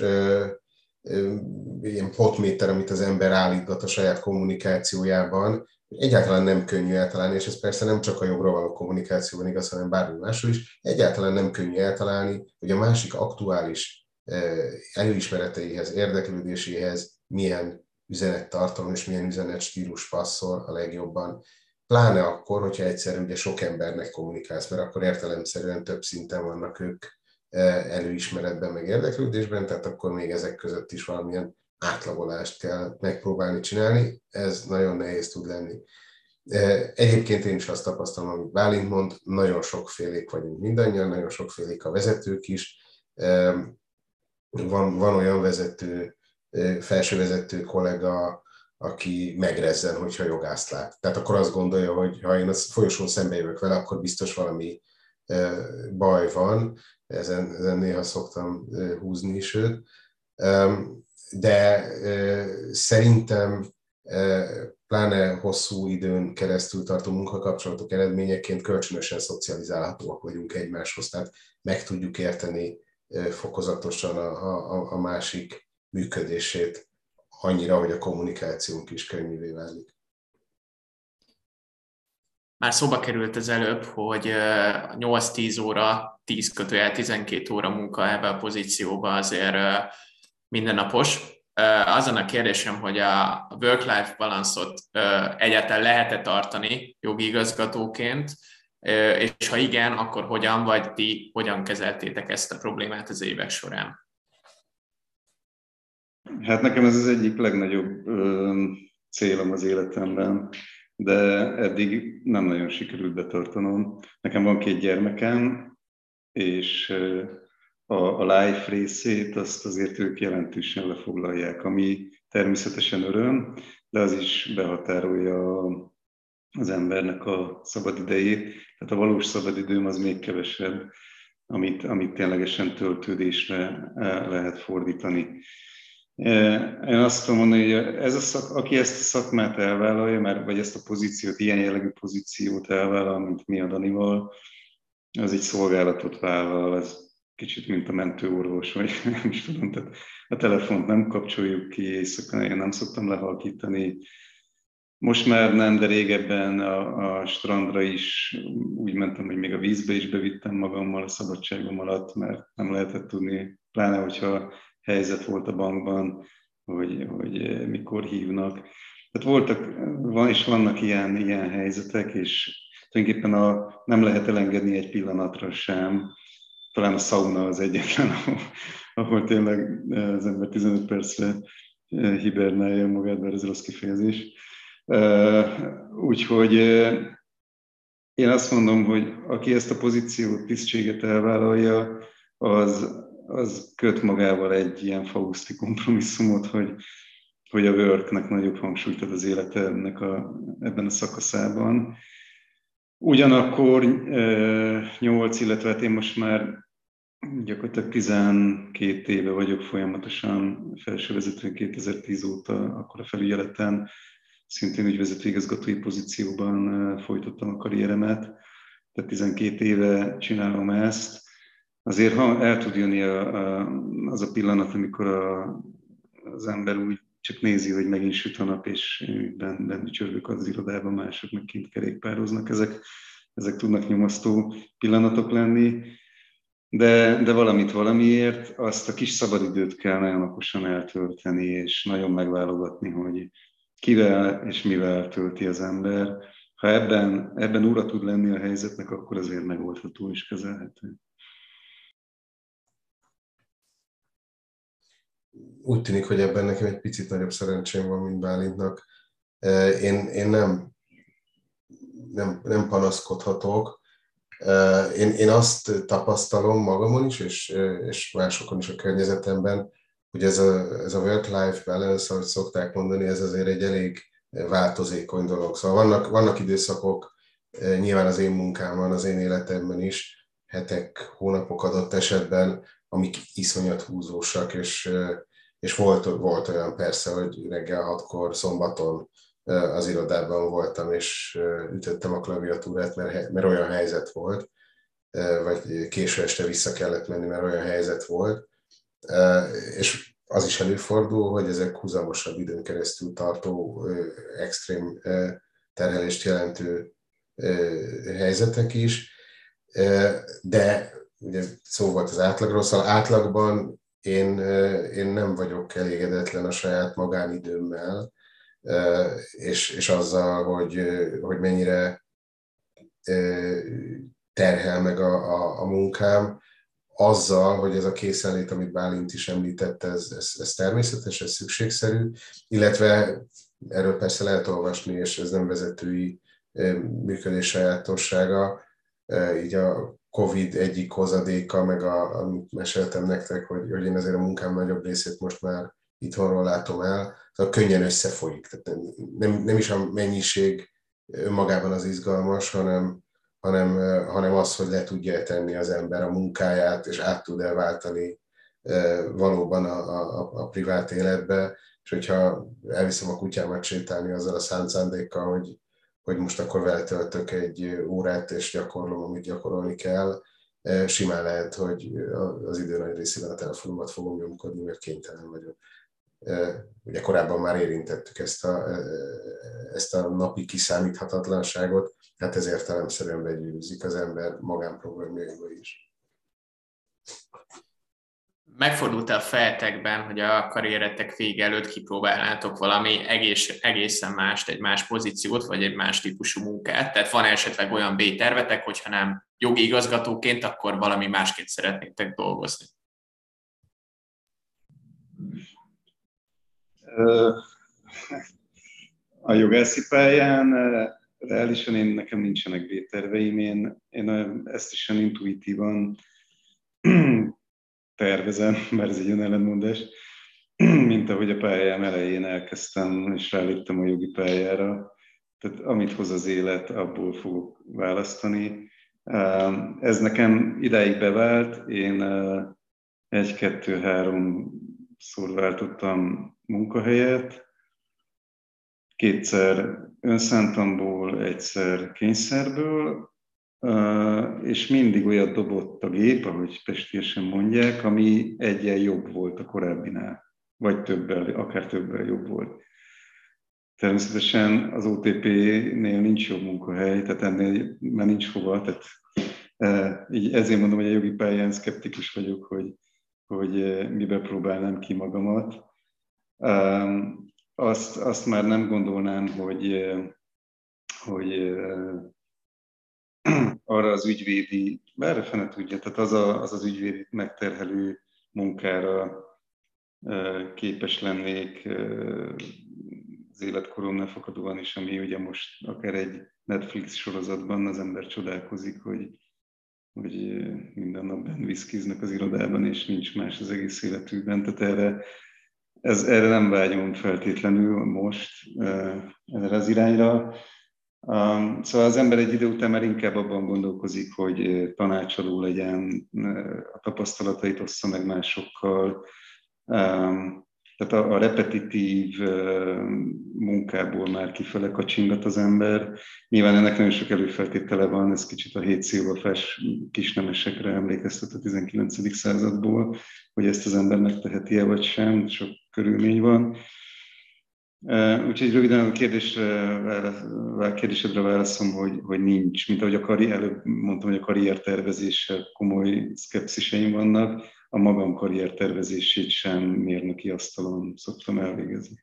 ilyen potméter, amit az ember állítgat a saját kommunikációjában, egyáltalán nem könnyű eltalálni, és ez persze nem csak a jogra való kommunikációban igaz, hanem bármi másról is, egyáltalán nem könnyű eltalálni, hogy a másik aktuális előismereteihez, érdeklődéséhez milyen üzenettartalom és milyen üzenetstílus passzol a legjobban. Pláne akkor, hogyha egyszerűen ugye sok embernek kommunikálsz, mert akkor értelemszerűen több szinten vannak ők előismeretben, meg érdeklődésben, tehát akkor még ezek között is valamilyen átlagolást kell megpróbálni csinálni. Ez nagyon nehéz tud lenni. Egyébként én is azt tapasztalom, amit Bálint mond, nagyon sokfélék vagyunk mindannyian, nagyon sokfélék a vezetők is. Van, van olyan vezető, felsővezető kollega, aki megrezzen, hogyha jogászt lát. Tehát akkor azt gondolja, hogy ha én a folyosón szembe jövök vele, akkor biztos valami baj van. Ezen, ezen néha szoktam húzni is őt. De szerintem pláne hosszú időn keresztül tartó munkakapcsolatok eredményeként kölcsönösen szocializálhatóak vagyunk egymáshoz, tehát meg tudjuk érteni fokozatosan a, a, a másik működését annyira, hogy a kommunikációnk is könnyűvé válik.
Már szóba került az előbb, hogy nyolc-tíz óra, tíz kötőjel tizenkét óra munka ebben a pozícióban azért mindennapos. Azon a kérdésem, hogy a work-life balance-ot egyáltalán lehet-e tartani jogi igazgatóként, és ha igen, akkor hogyan, vagy ti hogyan kezeltétek ezt a problémát az évek során?
Hát nekem ez az egyik legnagyobb célom az életemben, de eddig nem nagyon sikerült betartanom. Nekem van két gyermekem, és a, a life részét azt azért ők jelentősen lefoglalják, ami természetesen öröm, de az is behatárolja az embernek a szabadidejét. Tehát a valós szabadidőm az még kevesebb, amit, amit ténylegesen töltődésre lehet fordítani. Én azt tudom mondani, hogy ez a szak, aki ezt a szakmát elvállalja, mert, vagy ezt a pozíciót, ilyen jellegű pozíciót elvállal, mint mi a Danival, az egy szolgálatot vállal, ez kicsit mint a mentőorvos, vagy nem is tudom, tehát a telefont nem kapcsoljuk ki, éjszaka én nem szoktam lehalkítani. Most már nem, de régebben a, a strandra is úgy mentem, hogy még a vízbe is bevittem magammal a szabadságom alatt, mert nem lehetett tudni, pláne hogyha helyzet volt a bankban, hogy, hogy mikor hívnak. Tehát voltak, van és vannak ilyen, ilyen helyzetek, és tulajdonképpen a, nem lehet elengedni egy pillanatra sem. Talán a szauna az egyetlen, ahol, ahol tényleg az ember tizenöt percre hibernálja magát, bár ez rossz kifejezés. Úgyhogy én azt mondom, hogy aki ezt a pozíciót, tisztséget elvállalja, az, az köt magával egy ilyen fauszti kompromisszumot, hogy, hogy a worknek nagyobb hangsúlyt ad az életednek a, ebben a szakaszában. Ugyanakkor nyolc, illetve hát én most már gyakorlatilag tizenkét éve vagyok folyamatosan felsővezető, kétezer-tíz óta, akkor a felügyeleten, szintén ügyvezető igazgatói pozícióban folytattam a karrieremet, tehát tizenkét éve csinálom ezt. Azért ha el tud jönni a, a, az a pillanat, amikor a, az ember úgy csak nézi, hogy megint süt a nap, és bent, bent csörgök az irodában, mások meg kint kerékpároznak. Ezek, ezek tudnak nyomasztó pillanatok lenni, de, de valamit valamiért azt a kis szabadidőt kell nagyon okosan eltölteni, és nagyon megválogatni, hogy kivel és mivel tölti az ember. Ha ebben, ebben ura tud lenni a helyzetnek, akkor azért megoldható és kezelhető.
Úgy tűnik, hogy ebben nekem egy picit nagyobb szerencsém van, mint Bálintnak. Én, én nem, nem, nem panaszkodhatok. Én, én azt tapasztalom magamon is, és, és másokon is a környezetemben, hogy ez a, ez a work-life balance, ahogy szokták mondani, ez azért egy elég változékony dolog. Szóval vannak, vannak időszakok, nyilván az én munkámban, az én életemben is, hetek, hónapok adott esetben, amik iszonyat húzósak, és, és volt, volt olyan persze, hogy reggel hatkor szombaton az irodában voltam, és ütöttem a klaviatúrát, mert, mert olyan helyzet volt, vagy késő este vissza kellett menni, mert olyan helyzet volt. És az is előfordul, hogy ezek húzamosabb időn keresztül tartó, extrém terhelést jelentő helyzetek is, de ugye szó volt az átlagról, szóval átlagban én, én nem vagyok elégedetlen a saját magánidőmmel, és, és azzal, hogy, hogy mennyire terhel meg a, a, a munkám, azzal, hogy ez a készenlét, amit Bálint is említett, ez, ez, ez természetes, ez szükségszerű, illetve erről persze lehet olvasni, és ez nem vezetői működés sajátossága, így a Covid egyik hozadéka, meg a, amit meséltem nektek, hogy, hogy én azért a munkám nagyobb részét most már itthonról látom el, szóval könnyen összefolyik. Tehát nem, nem is a mennyiség önmagában az izgalmas, hanem, hanem, hanem az, hogy le tudja tenni az ember a munkáját, és át tud elváltani valóban a, a, a privát életbe, és hogyha elviszem a kutyámat sétálni azzal a szánt szándékkal, hogy, hogy most akkor vele töltök egy órát, és gyakorlom, amit gyakorolni kell, simán lehet, hogy az idő nagy részében a telefonomat fogom nyomkodni, mert kénytelen vagyok. Ugye korábban már érintettük ezt a, ezt a napi kiszámíthatatlanságot, hát ez értelemszerűen begyűrűzik az ember magánprogramjaiba is.
Megfordult a fejetekben, hogy a karrieretek vége előtt kipróbálnátok valami egész, egészen mást, egy más pozíciót, vagy egy más típusú munkát? Tehát van esetleg olyan B-tervetek, hogyha nem jogi igazgatóként, akkor valami másként szeretnétek dolgozni?
A jogászi pályán reálisan én, nekem nincsenek B-terveim, én, én ezt is olyan intuitívan tervezem, bár ez egy olyan ellentmondás, mint ahogy a pályám elején elkezdtem, és ráléptem a jogi pályára. Tehát amit hoz az élet, abból fogok választani. Ez nekem idáig bevált, én egy-kettő-háromszor váltottam munkahelyet, kétszer önszántamból, egyszer kényszerből, és mindig olyat dobott a gép, ahogy pestiesen mondják, ami egyen jobb volt a korábbinál, vagy többel, akár többel jobb volt. Természetesen az o té pé-nél nincs jobb munkahely, tehát ennél már nincs hova, tehát így ezért mondom, hogy a jogi pályán szkeptikus vagyok, hogy, hogy mibe próbálnám ki magamat. Azt, azt már nem gondolnám, hogy, hogy arra az ügyvédi, bár fene tudja, tehát az, a, az az ügyvédi megterhelő munkára képes lennék az életkoromnál fakadóan is, ami ugye most akár egy Netflix sorozatban az ember csodálkozik, hogy, hogy minden nap benviszkiznek az irodában, és nincs más az egész életükben. Tehát erre, ez, erre nem vágyom feltétlenül most erre az irányra. Szóval az ember egy idő után már inkább abban gondolkozik, hogy tanácsadó legyen, a tapasztalatait ossza meg másokkal. Tehát a, a repetitív munkából már kifele kacsingat az ember. Nyilván ennek nagyon sok előfeltétele van, ez kicsit a hétszilvafás kisnemesekre emlékeztet a tizenkilencedik századból, hogy ezt az ember megteheti-e vagy sem, sok körülmény van. Úgyhogy röviden a kérdésre, kérdésedre válaszom, hogy, hogy nincs. Mint ahogy a karrier, előbb mondtam, hogy a karriertervezéssel komoly szkepsziseim vannak, a magam karriertervezését sem mérnöki asztalon szoktam elvégezni.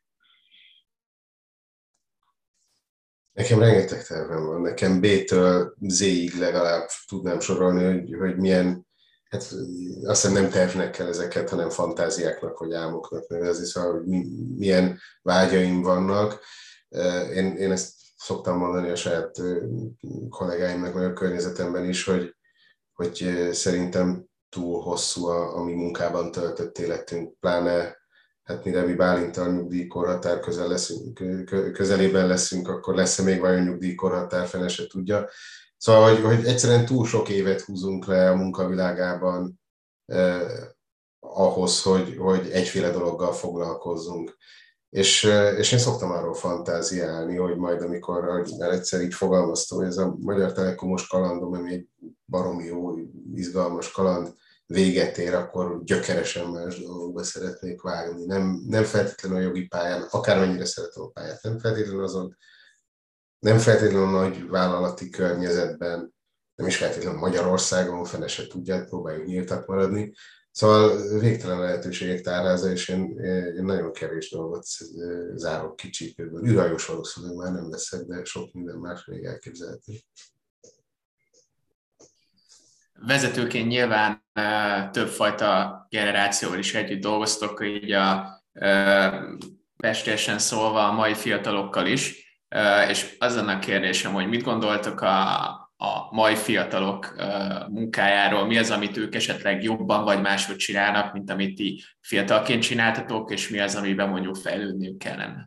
Nekem rengeteg tervem van. Nekem B-től Z-ig legalább tudnám sorolni, hogy, hogy milyen, hát azt hiszem nem tervnek kell ezeket, hanem fantáziáknak vagy álmoknak nevezni, szóval hogy milyen vágyaim vannak. Én, én ezt szoktam mondani a saját kollégáimnak, vagy a környezetemben is, hogy, hogy szerintem túl hosszú a, a mi munkában töltött életünk, pláne hát mire mi Bálinttal nyugdíjkorhatár közel leszünk, közelében leszünk, akkor lesz-e még vajon nyugdíjkorhatár, fene se tudja. Szóval, hogy, hogy egyszerűen túl sok évet húzunk le a munkavilágában eh, ahhoz, hogy, hogy egyféle dologgal foglalkozzunk. És, és én szoktam arról fantáziálni, hogy majd amikor, már egyszer így fogalmaztam, hogy ez a Magyar Telekomos kalandom, ami egy baromi jó, izgalmas kaland, véget ér, akkor gyökeresen más dolgokba szeretnék vágni. Nem, nem feltétlenül a jogi pályán, akármennyire szeretem a pályát, nem feltétlenül azon, nem feltétlenül a nagy vállalati környezetben, nem is feltétlenül Magyarországon, fene se tudják, próbáljuk nyíltak maradni, Szóval végtelen lehetőségek tárháza, és én, én nagyon kevés dolgot zárok ki csípőből. Űrhajós valószínűleg már nem leszek, de sok minden más még elképzelhető.
Vezetőként nyilván uh, többfajta generációval is együtt dolgoztok, így a uh, pestésen szólva a mai fiatalokkal is, uh, és az annak kérdésem, hogy mit gondoltok a, a mai fiatalok uh, munkájáról, mi az, amit ők esetleg jobban vagy máshogy csinálnak, mint amit ti fiatalként csináltatok, és mi az, amiben mondjuk fejlődniük kellene?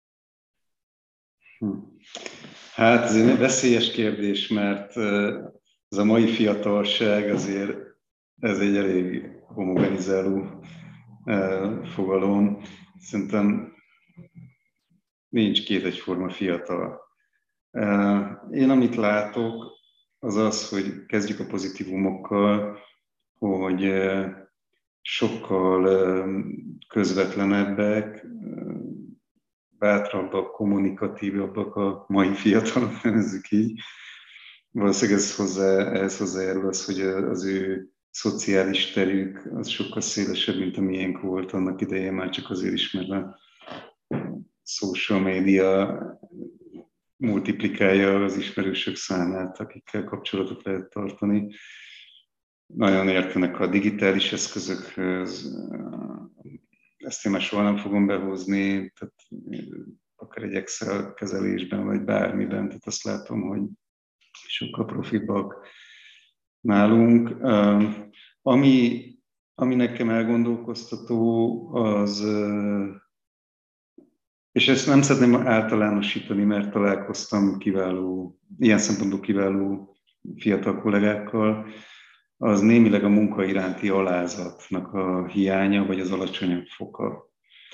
Hát ez egy veszélyes kérdés, mert ez a mai fiatalság azért ez egy elég homogenizáló fogalom. Szerintem nincs két egyforma fiatal. Én amit látok, az az, hogy kezdjük a pozitívumokkal, hogy sokkal közvetlenebbek, bátrabbak, kommunikatívabbak a mai fiatalok, nevezzük így. Valószínűleg ez hozzá, ehhez hozzájárul az, hogy az ő szociális terük az sokkal szélesebb, mint a miénk volt annak idején, már csak azért is, mert a social media multiplikálja az ismerősök számát, akikkel kapcsolatot lehet tartani. Nagyon értenek a digitális eszközökhöz, ezt én már soha nem fogom behozni, tehát akár egy Excel kezelésben, vagy bármiben, tehát azt látom, hogy sokkal profibbak nálunk. Ami, ami nekem elgondolkoztató, az, és ezt nem szeretném általánosítani, mert találkoztam kiváló, ilyen szempontból kiváló fiatal kollégákkal, az némileg a munka iránti alázatnak a hiánya, vagy az alacsonyabb foka.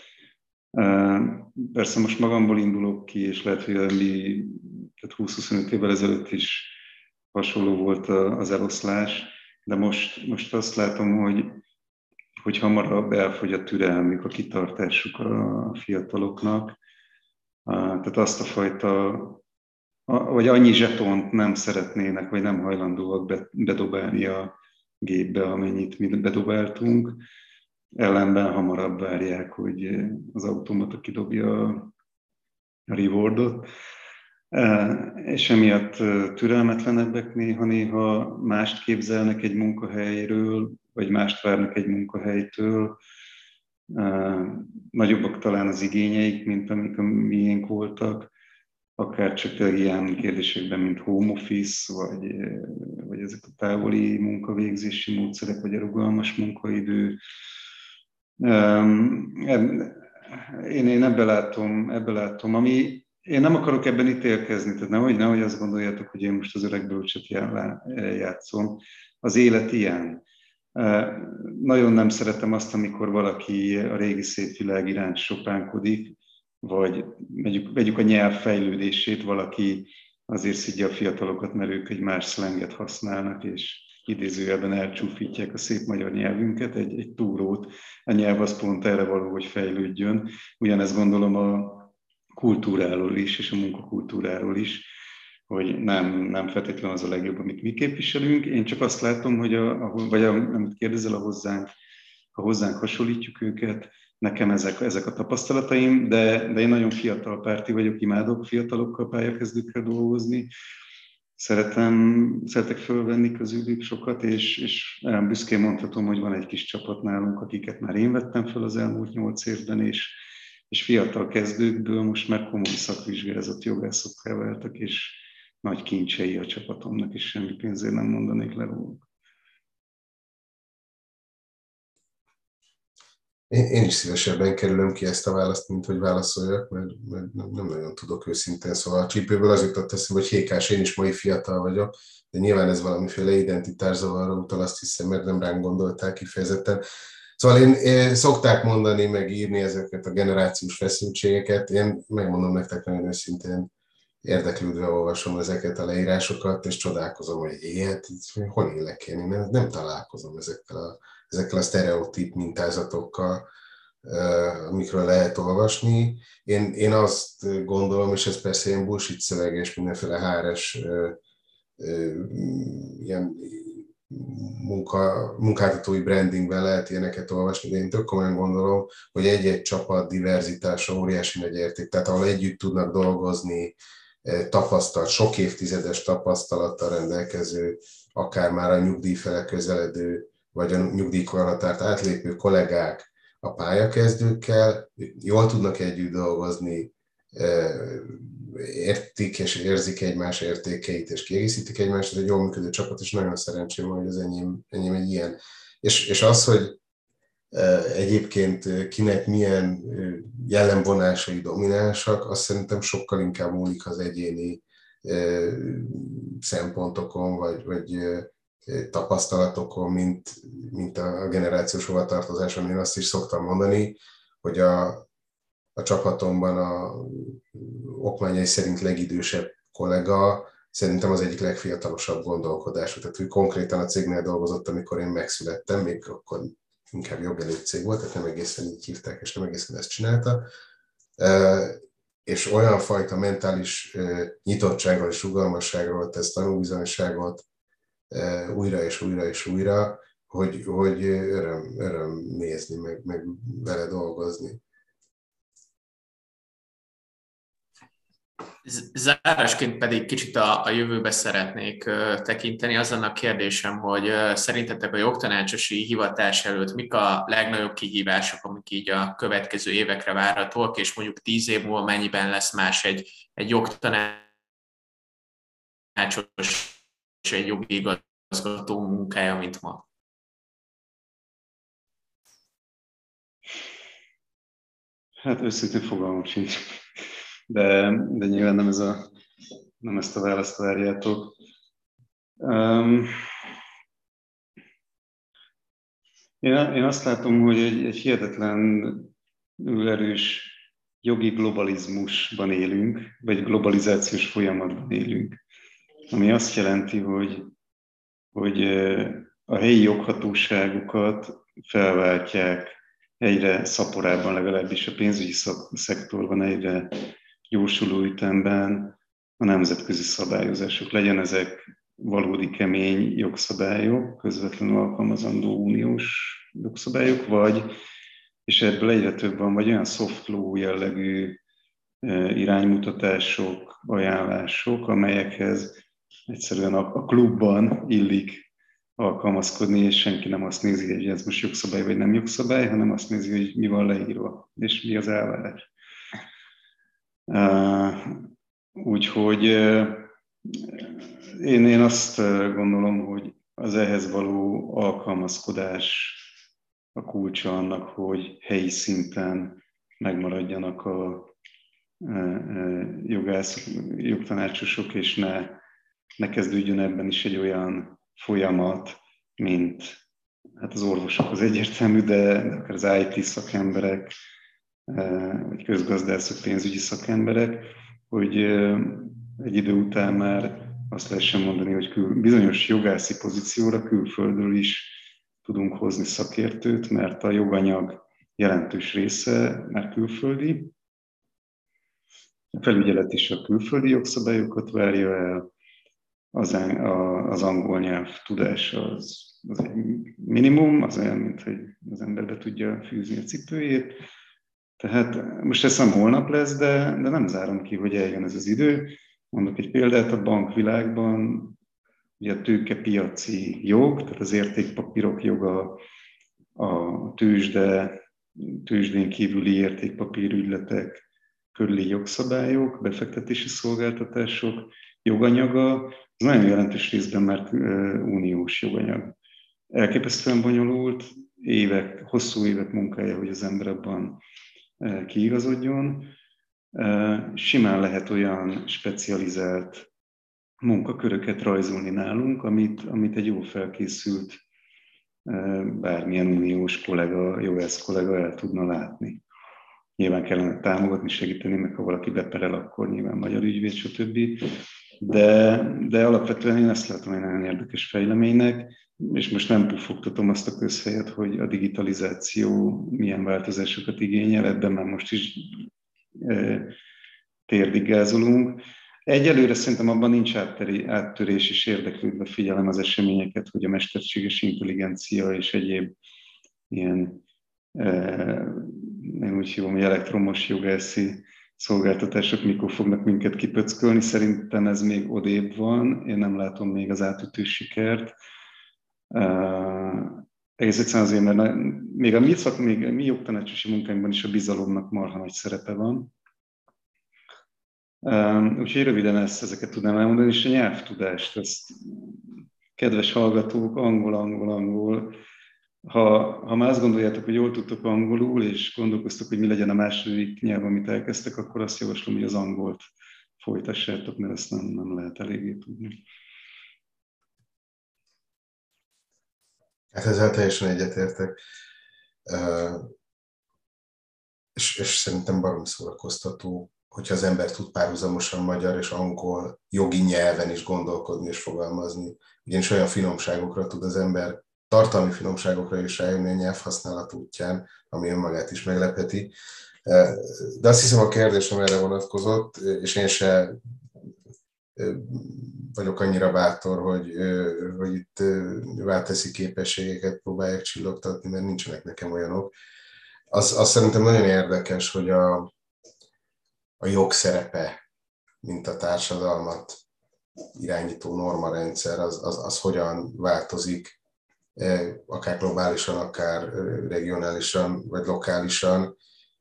Persze most magamból indulok ki, és lehet, hogy húsz-huszonöt évvel ezelőtt is hasonló volt az eloszlás, de most, most azt látom, hogy, hogy hamarabb elfogy a türelmük, a kitartásuk a fiataloknak. Tehát azt a fajta, vagy annyi zsetont nem szeretnének, vagy nem hajlandóak bedobálni a gépbe, amennyit mi bedobáltunk. Ellenben hamarabb várják, hogy az automata kidobja a rewardot. És emiatt türelmetlenebbek néha-néha, mást képzelnek egy munkahelyről, vagy mást várnak egy munkahelytől. Nagyobbak talán az igényeik, mint amik a miénk voltak, akár csak ilyen kérdésekben, mint home office, vagy, vagy ezek a távoli munkavégzési módszerek, vagy a rugalmas munkaidő. Én, én ebbe látom, ebbe látom, ami én nem akarok ebben ítélkezni, tehát nehogy, nehogy azt gondoljátok, hogy én most az öreg bölcset játszom. Az élet ilyen. Nagyon nem szeretem azt, amikor valaki a régi szép világ iránt sopánkodik, vagy vegyük, vegyük a nyelv fejlődését, valaki azért szidja a fiatalokat, mert ők egy más szlenget használnak, és idézőjelben elcsúfítják a szép magyar nyelvünket, egy, egy túrót. A nyelv az pont erre való, hogy fejlődjön. Ugyanezt gondolom a kultúráról is, és a munkakultúráról is, hogy nem, nem feltétlenül az a legjobb, amit mi képviselünk. Én csak azt látom, hogy a, a, vagy a, amit kérdezel, a hozzánk, ha hozzánk hasonlítjuk őket, nekem ezek, ezek a tapasztalataim, de, de én nagyon fiatal párti vagyok, imádok fiatalokkal, pályakezdőkkel dolgozni. Szeretem, szeretek fölvenni közülük sokat, és, és olyan büszkén mondhatom, hogy van egy kis csapat nálunk, akiket már én vettem fel az elmúlt nyolc évben, és, és fiatal kezdőkből most már komoly szakvizsgázott jogászokká váltak, és nagy kincsei a csapatomnak, és semmi pénzért nem mondanék le róluk.
Én, én is szívesebben kerülöm ki ezt a választ, mint hogy válaszoljak, mert, mert nem, nem nagyon tudok őszintén. Szóval a csípőből az jutott eszembe, hogy hékás, én is mai fiatal vagyok, de nyilván ez valamiféle identitászavarra utal, azt hiszem, mert nem ránk gondolták kifejezetten. Szóval én, én szokták mondani, meg írni ezeket a generációs feszültségeket. Én megmondom nektek nagyon őszintén, érdeklődve olvasom ezeket a leírásokat, és csodálkozom, hogy ilyet, hol élek én? Én nem, nem találkozom ezekkel a, ezekkel a sztereotíp mintázatokkal, amikről lehet olvasni. Én, én azt gondolom, és ez persze ilyen bullshit szöveg, és mindenféle há er es ilyen munka, munkáltatói brandingben lehet ilyeneket olvasni, de én tök komolyan gondolom, hogy egy-egy csapat diverzitása óriási nagy érték, tehát ahol együtt tudnak dolgozni, tapasztalt, sok évtizedes tapasztalattal rendelkező, akár már a nyugdíj fele közeledő, vagy a nyugdíjkorhatárt átlépő kollégák a pályakezdőkkel, jól tudnak együtt dolgozni, értik és érzik egymás értékeit, és kiegészítik egymást, ez egy jól működő csapat, és nagyon szerencsém van, hogy az enyém, enyém egy ilyen. És, és az, hogy egyébként kinek milyen jellemvonásai dominánsak, azt szerintem sokkal inkább múlik az egyéni szempontokon, vagy, vagy tapasztalatokon, mint, mint a generációs hovatartozáson. Én azt is szoktam mondani, hogy a, a csapatomban a okmányai szerint legidősebb kollega szerintem az egyik legfiatalosabb gondolkodású. Tehát, hogy konkrétan a cégnél dolgozott, amikor én megszülettem, még akkor inkább jogelőtt cég volt, tehát nem egészen így hívták, és nem egészen ezt csinálta. És olyan fajta mentális nyitottságról és rugalmasságról tesz tanúbizonyságot újra és újra és újra, hogy, hogy öröm, öröm nézni, meg, meg vele dolgozni.
Zárásként pedig kicsit a, a jövőbe szeretnék uh, tekinteni. Az annak kérdésem, hogy uh, szerintetek a jogtanácsosi hivatás előtt mik a legnagyobb kihívások, amik így a következő évekre várhatóak, és mondjuk tíz év múlva mennyiben lesz más egy, egy jogtanácsos és egy jogi igazgató munkája, mint ma?
Hát őszintén fogalmam sincs. De, de nyilván nem, ez a, nem ezt a választ várjátok. Um, én, én azt látom, hogy egy, egy hihetetlenül erős jogi globalizmusban élünk, vagy globalizációs folyamatban élünk. Ami azt jelenti, hogy, hogy a helyi joghatóságokat felváltják egyre szaporában, legalábbis a pénzügyi szektorban egyre jósuló ütemben a nemzetközi szabályozások. Legyen ezek valódi kemény jogszabályok, közvetlenül alkalmazandó uniós jogszabályok, vagy, és ebből egyre több van, vagy olyan soft law jellegű iránymutatások, ajánlások, amelyekhez egyszerűen a, a klubban illik alkalmazkodni, és senki nem azt nézi, hogy ez most jogszabály vagy nem jogszabály, hanem azt nézi, hogy mi van leírva, és mi az elvárás. Uh, úgyhogy uh, én, én azt gondolom, hogy az ehhez való alkalmazkodás a kulcsa annak, hogy helyi szinten megmaradjanak a uh, uh, jogászok, jogtanácsosok, és ne, ne kezdődjön ebben is egy olyan folyamat, mint hát az orvosok az egyértelmű, de, de akár az i té szakemberek, vagy közgazdászok, pénzügyi szakemberek, hogy egy idő után már azt lehessen mondani, hogy kül, bizonyos jogászi pozícióra külföldről is tudunk hozni szakértőt, mert a joganyag jelentős része már külföldi. A felügyelet is a külföldi jogszabályokat várja el, az, az angol nyelv tudása az, az egy minimum, az olyan, mint hogy az ember be tudja fűzni a cipőjét. Tehát most ez nem holnap lesz, de, de nem zárom ki, hogy eljön ez az idő. Mondok egy példát, a bankvilágban ugye a tőkepiaci jog, tehát az értékpapírok joga, a tőzsde, tőzsdén kívüli értékpapírügyletek körüli jogszabályok, befektetési szolgáltatások joganyaga, ez nagyon jelentős részben már uniós joganyag. Elképesztően bonyolult, évek, hosszú évek munkája, hogy az ember abban kiigazodjon. Simán lehet olyan specializált munkaköröket rajzolni nálunk, amit, amit egy jól felkészült bármilyen uniós kollega, jogász kollega el tudna látni. Nyilván kellene támogatni, segíteni, meg ha valaki beperel, akkor nyilván magyar ügyvéd, stb. De, de alapvetően én ezt látom egy nagyon érdekes fejleménynek, és most nem pufogtatom azt a közhelyet, hogy a digitalizáció milyen változásokat igényel, ebben már most is e, térdigázolunk. Egyelőre szerintem abban nincs átteri, áttörés, és érdeklődve figyelem az eseményeket, hogy a mesterséges intelligencia és egyéb ilyen, én úgy hívom, hogy elektromos jogászi szolgáltatások mikor fognak minket kipöckölni. Szerintem ez még odébb van, én nem látom még az átütő sikert. Egész egyszerűen azért, mert még a mi, szak, még a mi jogtanácsosi munkánkban is a bizalomnak marha nagy szerepe van. Úgyhogy röviden ezt, ezeket tudnám elmondani, és a nyelvtudást, ezt kedves hallgatók, angol, angol, angol. Ha, ha már azt gondoljátok, hogy jól tudtok angolul, és gondolkoztok, hogy mi legyen a második nyelv, amit elkezdtek, akkor azt javaslom, hogy az angolt folytassátok, mert ezt nem, nem lehet eléggé tudni.
Hát ezzel teljesen egyetértek. Uh, és, és szerintem baromi szórakoztató, hogyha az ember tud párhuzamosan magyar és angol jogi nyelven is gondolkodni és fogalmazni. Ugyanis olyan finomságokra tud az ember, tartalmi finomságokra is rájönni a nyelvhasználat útján, ami önmagát is meglepheti. De azt hiszem, a kérdésem erre vonatkozott, és én se vagyok annyira bátor, hogy, hogy itt válteszi képességeket próbálják csillogtatni, mert nincsenek nekem olyanok. Az, az szerintem nagyon érdekes, hogy a, a jog szerepe, mint a társadalmat irányító normarendszer, az, az, az hogyan változik, akár globálisan, akár regionálisan, vagy lokálisan,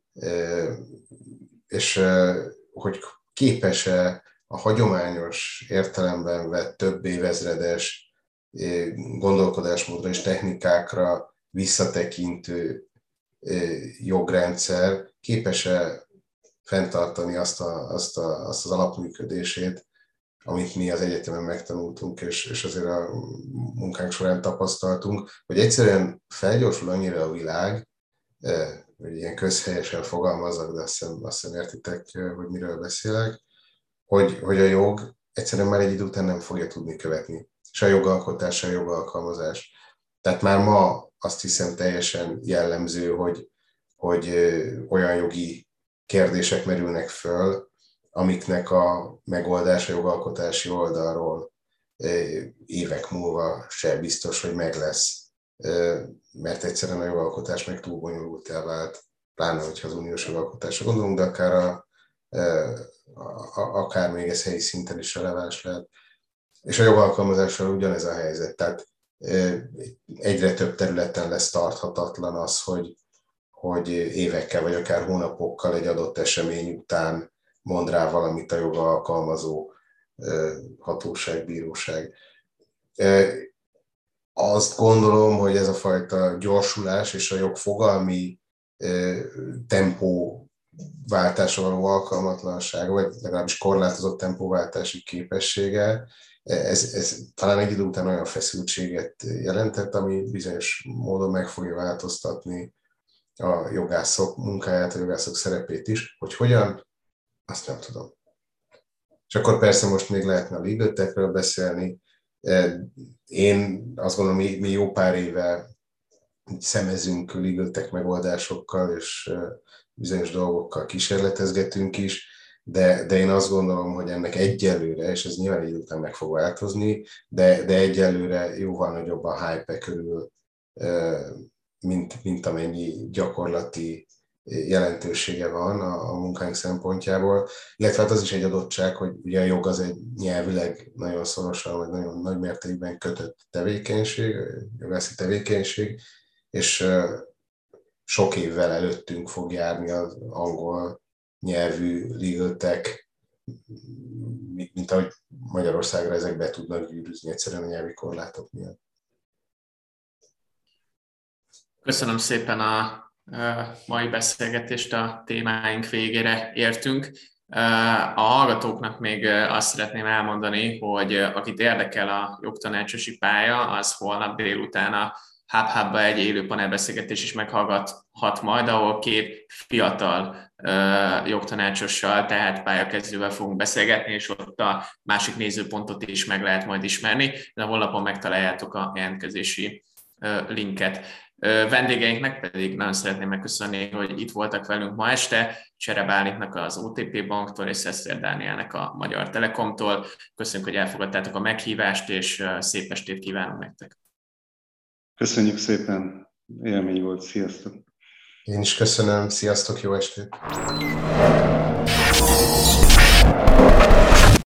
és hogy képes-e a hagyományos értelemben vett több évezredes gondolkodásmódra és technikákra visszatekintő jogrendszer, képes-e fenntartani azt, a, azt, a, azt az alapműködését, amit mi az egyetemen megtanultunk, és, és azért a munkánk során tapasztaltunk, hogy egyszerűen felgyorsul annyira a világ, hogy ilyen közhelyesen fogalmazzak, de azt hiszem, azt hiszem értitek, hogy miről beszélek, hogy, hogy a jog egyszerűen már egy idő után nem fogja tudni követni. Se a jogalkotás, se a jogalkalmazás. Tehát már ma azt hiszem teljesen jellemző, hogy, hogy olyan jogi kérdések merülnek föl, amiknek a megoldása jogalkotási oldalról évek múlva se biztos, hogy meg lesz, mert egyszerűen a jogalkotás meg túl bonyolultá vált, pláne, hogyha az uniós jogalkotásra gondolunk, de akár, a, a, akár még ez helyi szinten is releváns lehet. És a jogalkalmazással ugyanez a helyzet, tehát egyre több területen lesz tarthatatlan az, hogy, hogy évekkel vagy akár hónapokkal egy adott esemény után mond rá valamit a jogalkalmazó hatóság, bíróság. Azt gondolom, hogy ez a fajta gyorsulás és a jogfogalmi tempóváltásra való alkalmatlansága, vagy legalábbis korlátozott tempóváltási képessége, ez, ez talán egy idő után olyan feszültséget jelentett, ami bizonyos módon meg fogja változtatni a jogászok munkáját, a jogászok szerepét is, hogy hogyan, azt nem tudom. És akkor persze most még lehetne a legal techről beszélni. Én azt gondolom, mi, mi jó pár éve szemezünk legal tech megoldásokkal, és bizonyos dolgokkal kísérletezgetünk is, de, de én azt gondolom, hogy ennek egyelőre, és ez nyilván egy után meg fog változni, de, de egyelőre jóval nagyobb a hype körül, mint, mint amennyi gyakorlati jelentősége van a, a munkánk szempontjából. Illetve hát az is egy adottság, hogy ugye a jog az egy nyelvileg nagyon szorosan, vagy nagyon nagy mértékben kötött tevékenység, jogászi tevékenység, és sok évvel előttünk fog járni az angol nyelvű legal tech, mint ahogy Magyarországra ezek be tudnak gyűrűzni egyszerűen a nyelvi korlátok miatt.
Köszönöm szépen a mai beszélgetést, a témáink végére értünk. A hallgatóknak még azt szeretném elmondani, hogy akit érdekel a jogtanácsosi pálya, az holnap délután a HubHub-ba egy élő panelbeszélgetés is meghallgathat majd, ahol két fiatal jogtanácsossal, tehát pályakezdővel fogunk beszélgetni, és ott a másik nézőpontot is meg lehet majd ismerni. De a honlapon megtaláljátok a jelentkezési linket. Vendégeinknek pedig nagyon szeretném megköszönni, hogy itt voltak velünk ma este, Csere Bálintnak az o té pé Banktól és Szeszter Dánielnek a Magyar Telekomtól. Köszönjük, hogy elfogadtátok a meghívást, és szép estét kívánunk nektek.
Köszönjük szépen, élmény volt, sziasztok!
Én is köszönöm, sziasztok, jó estét!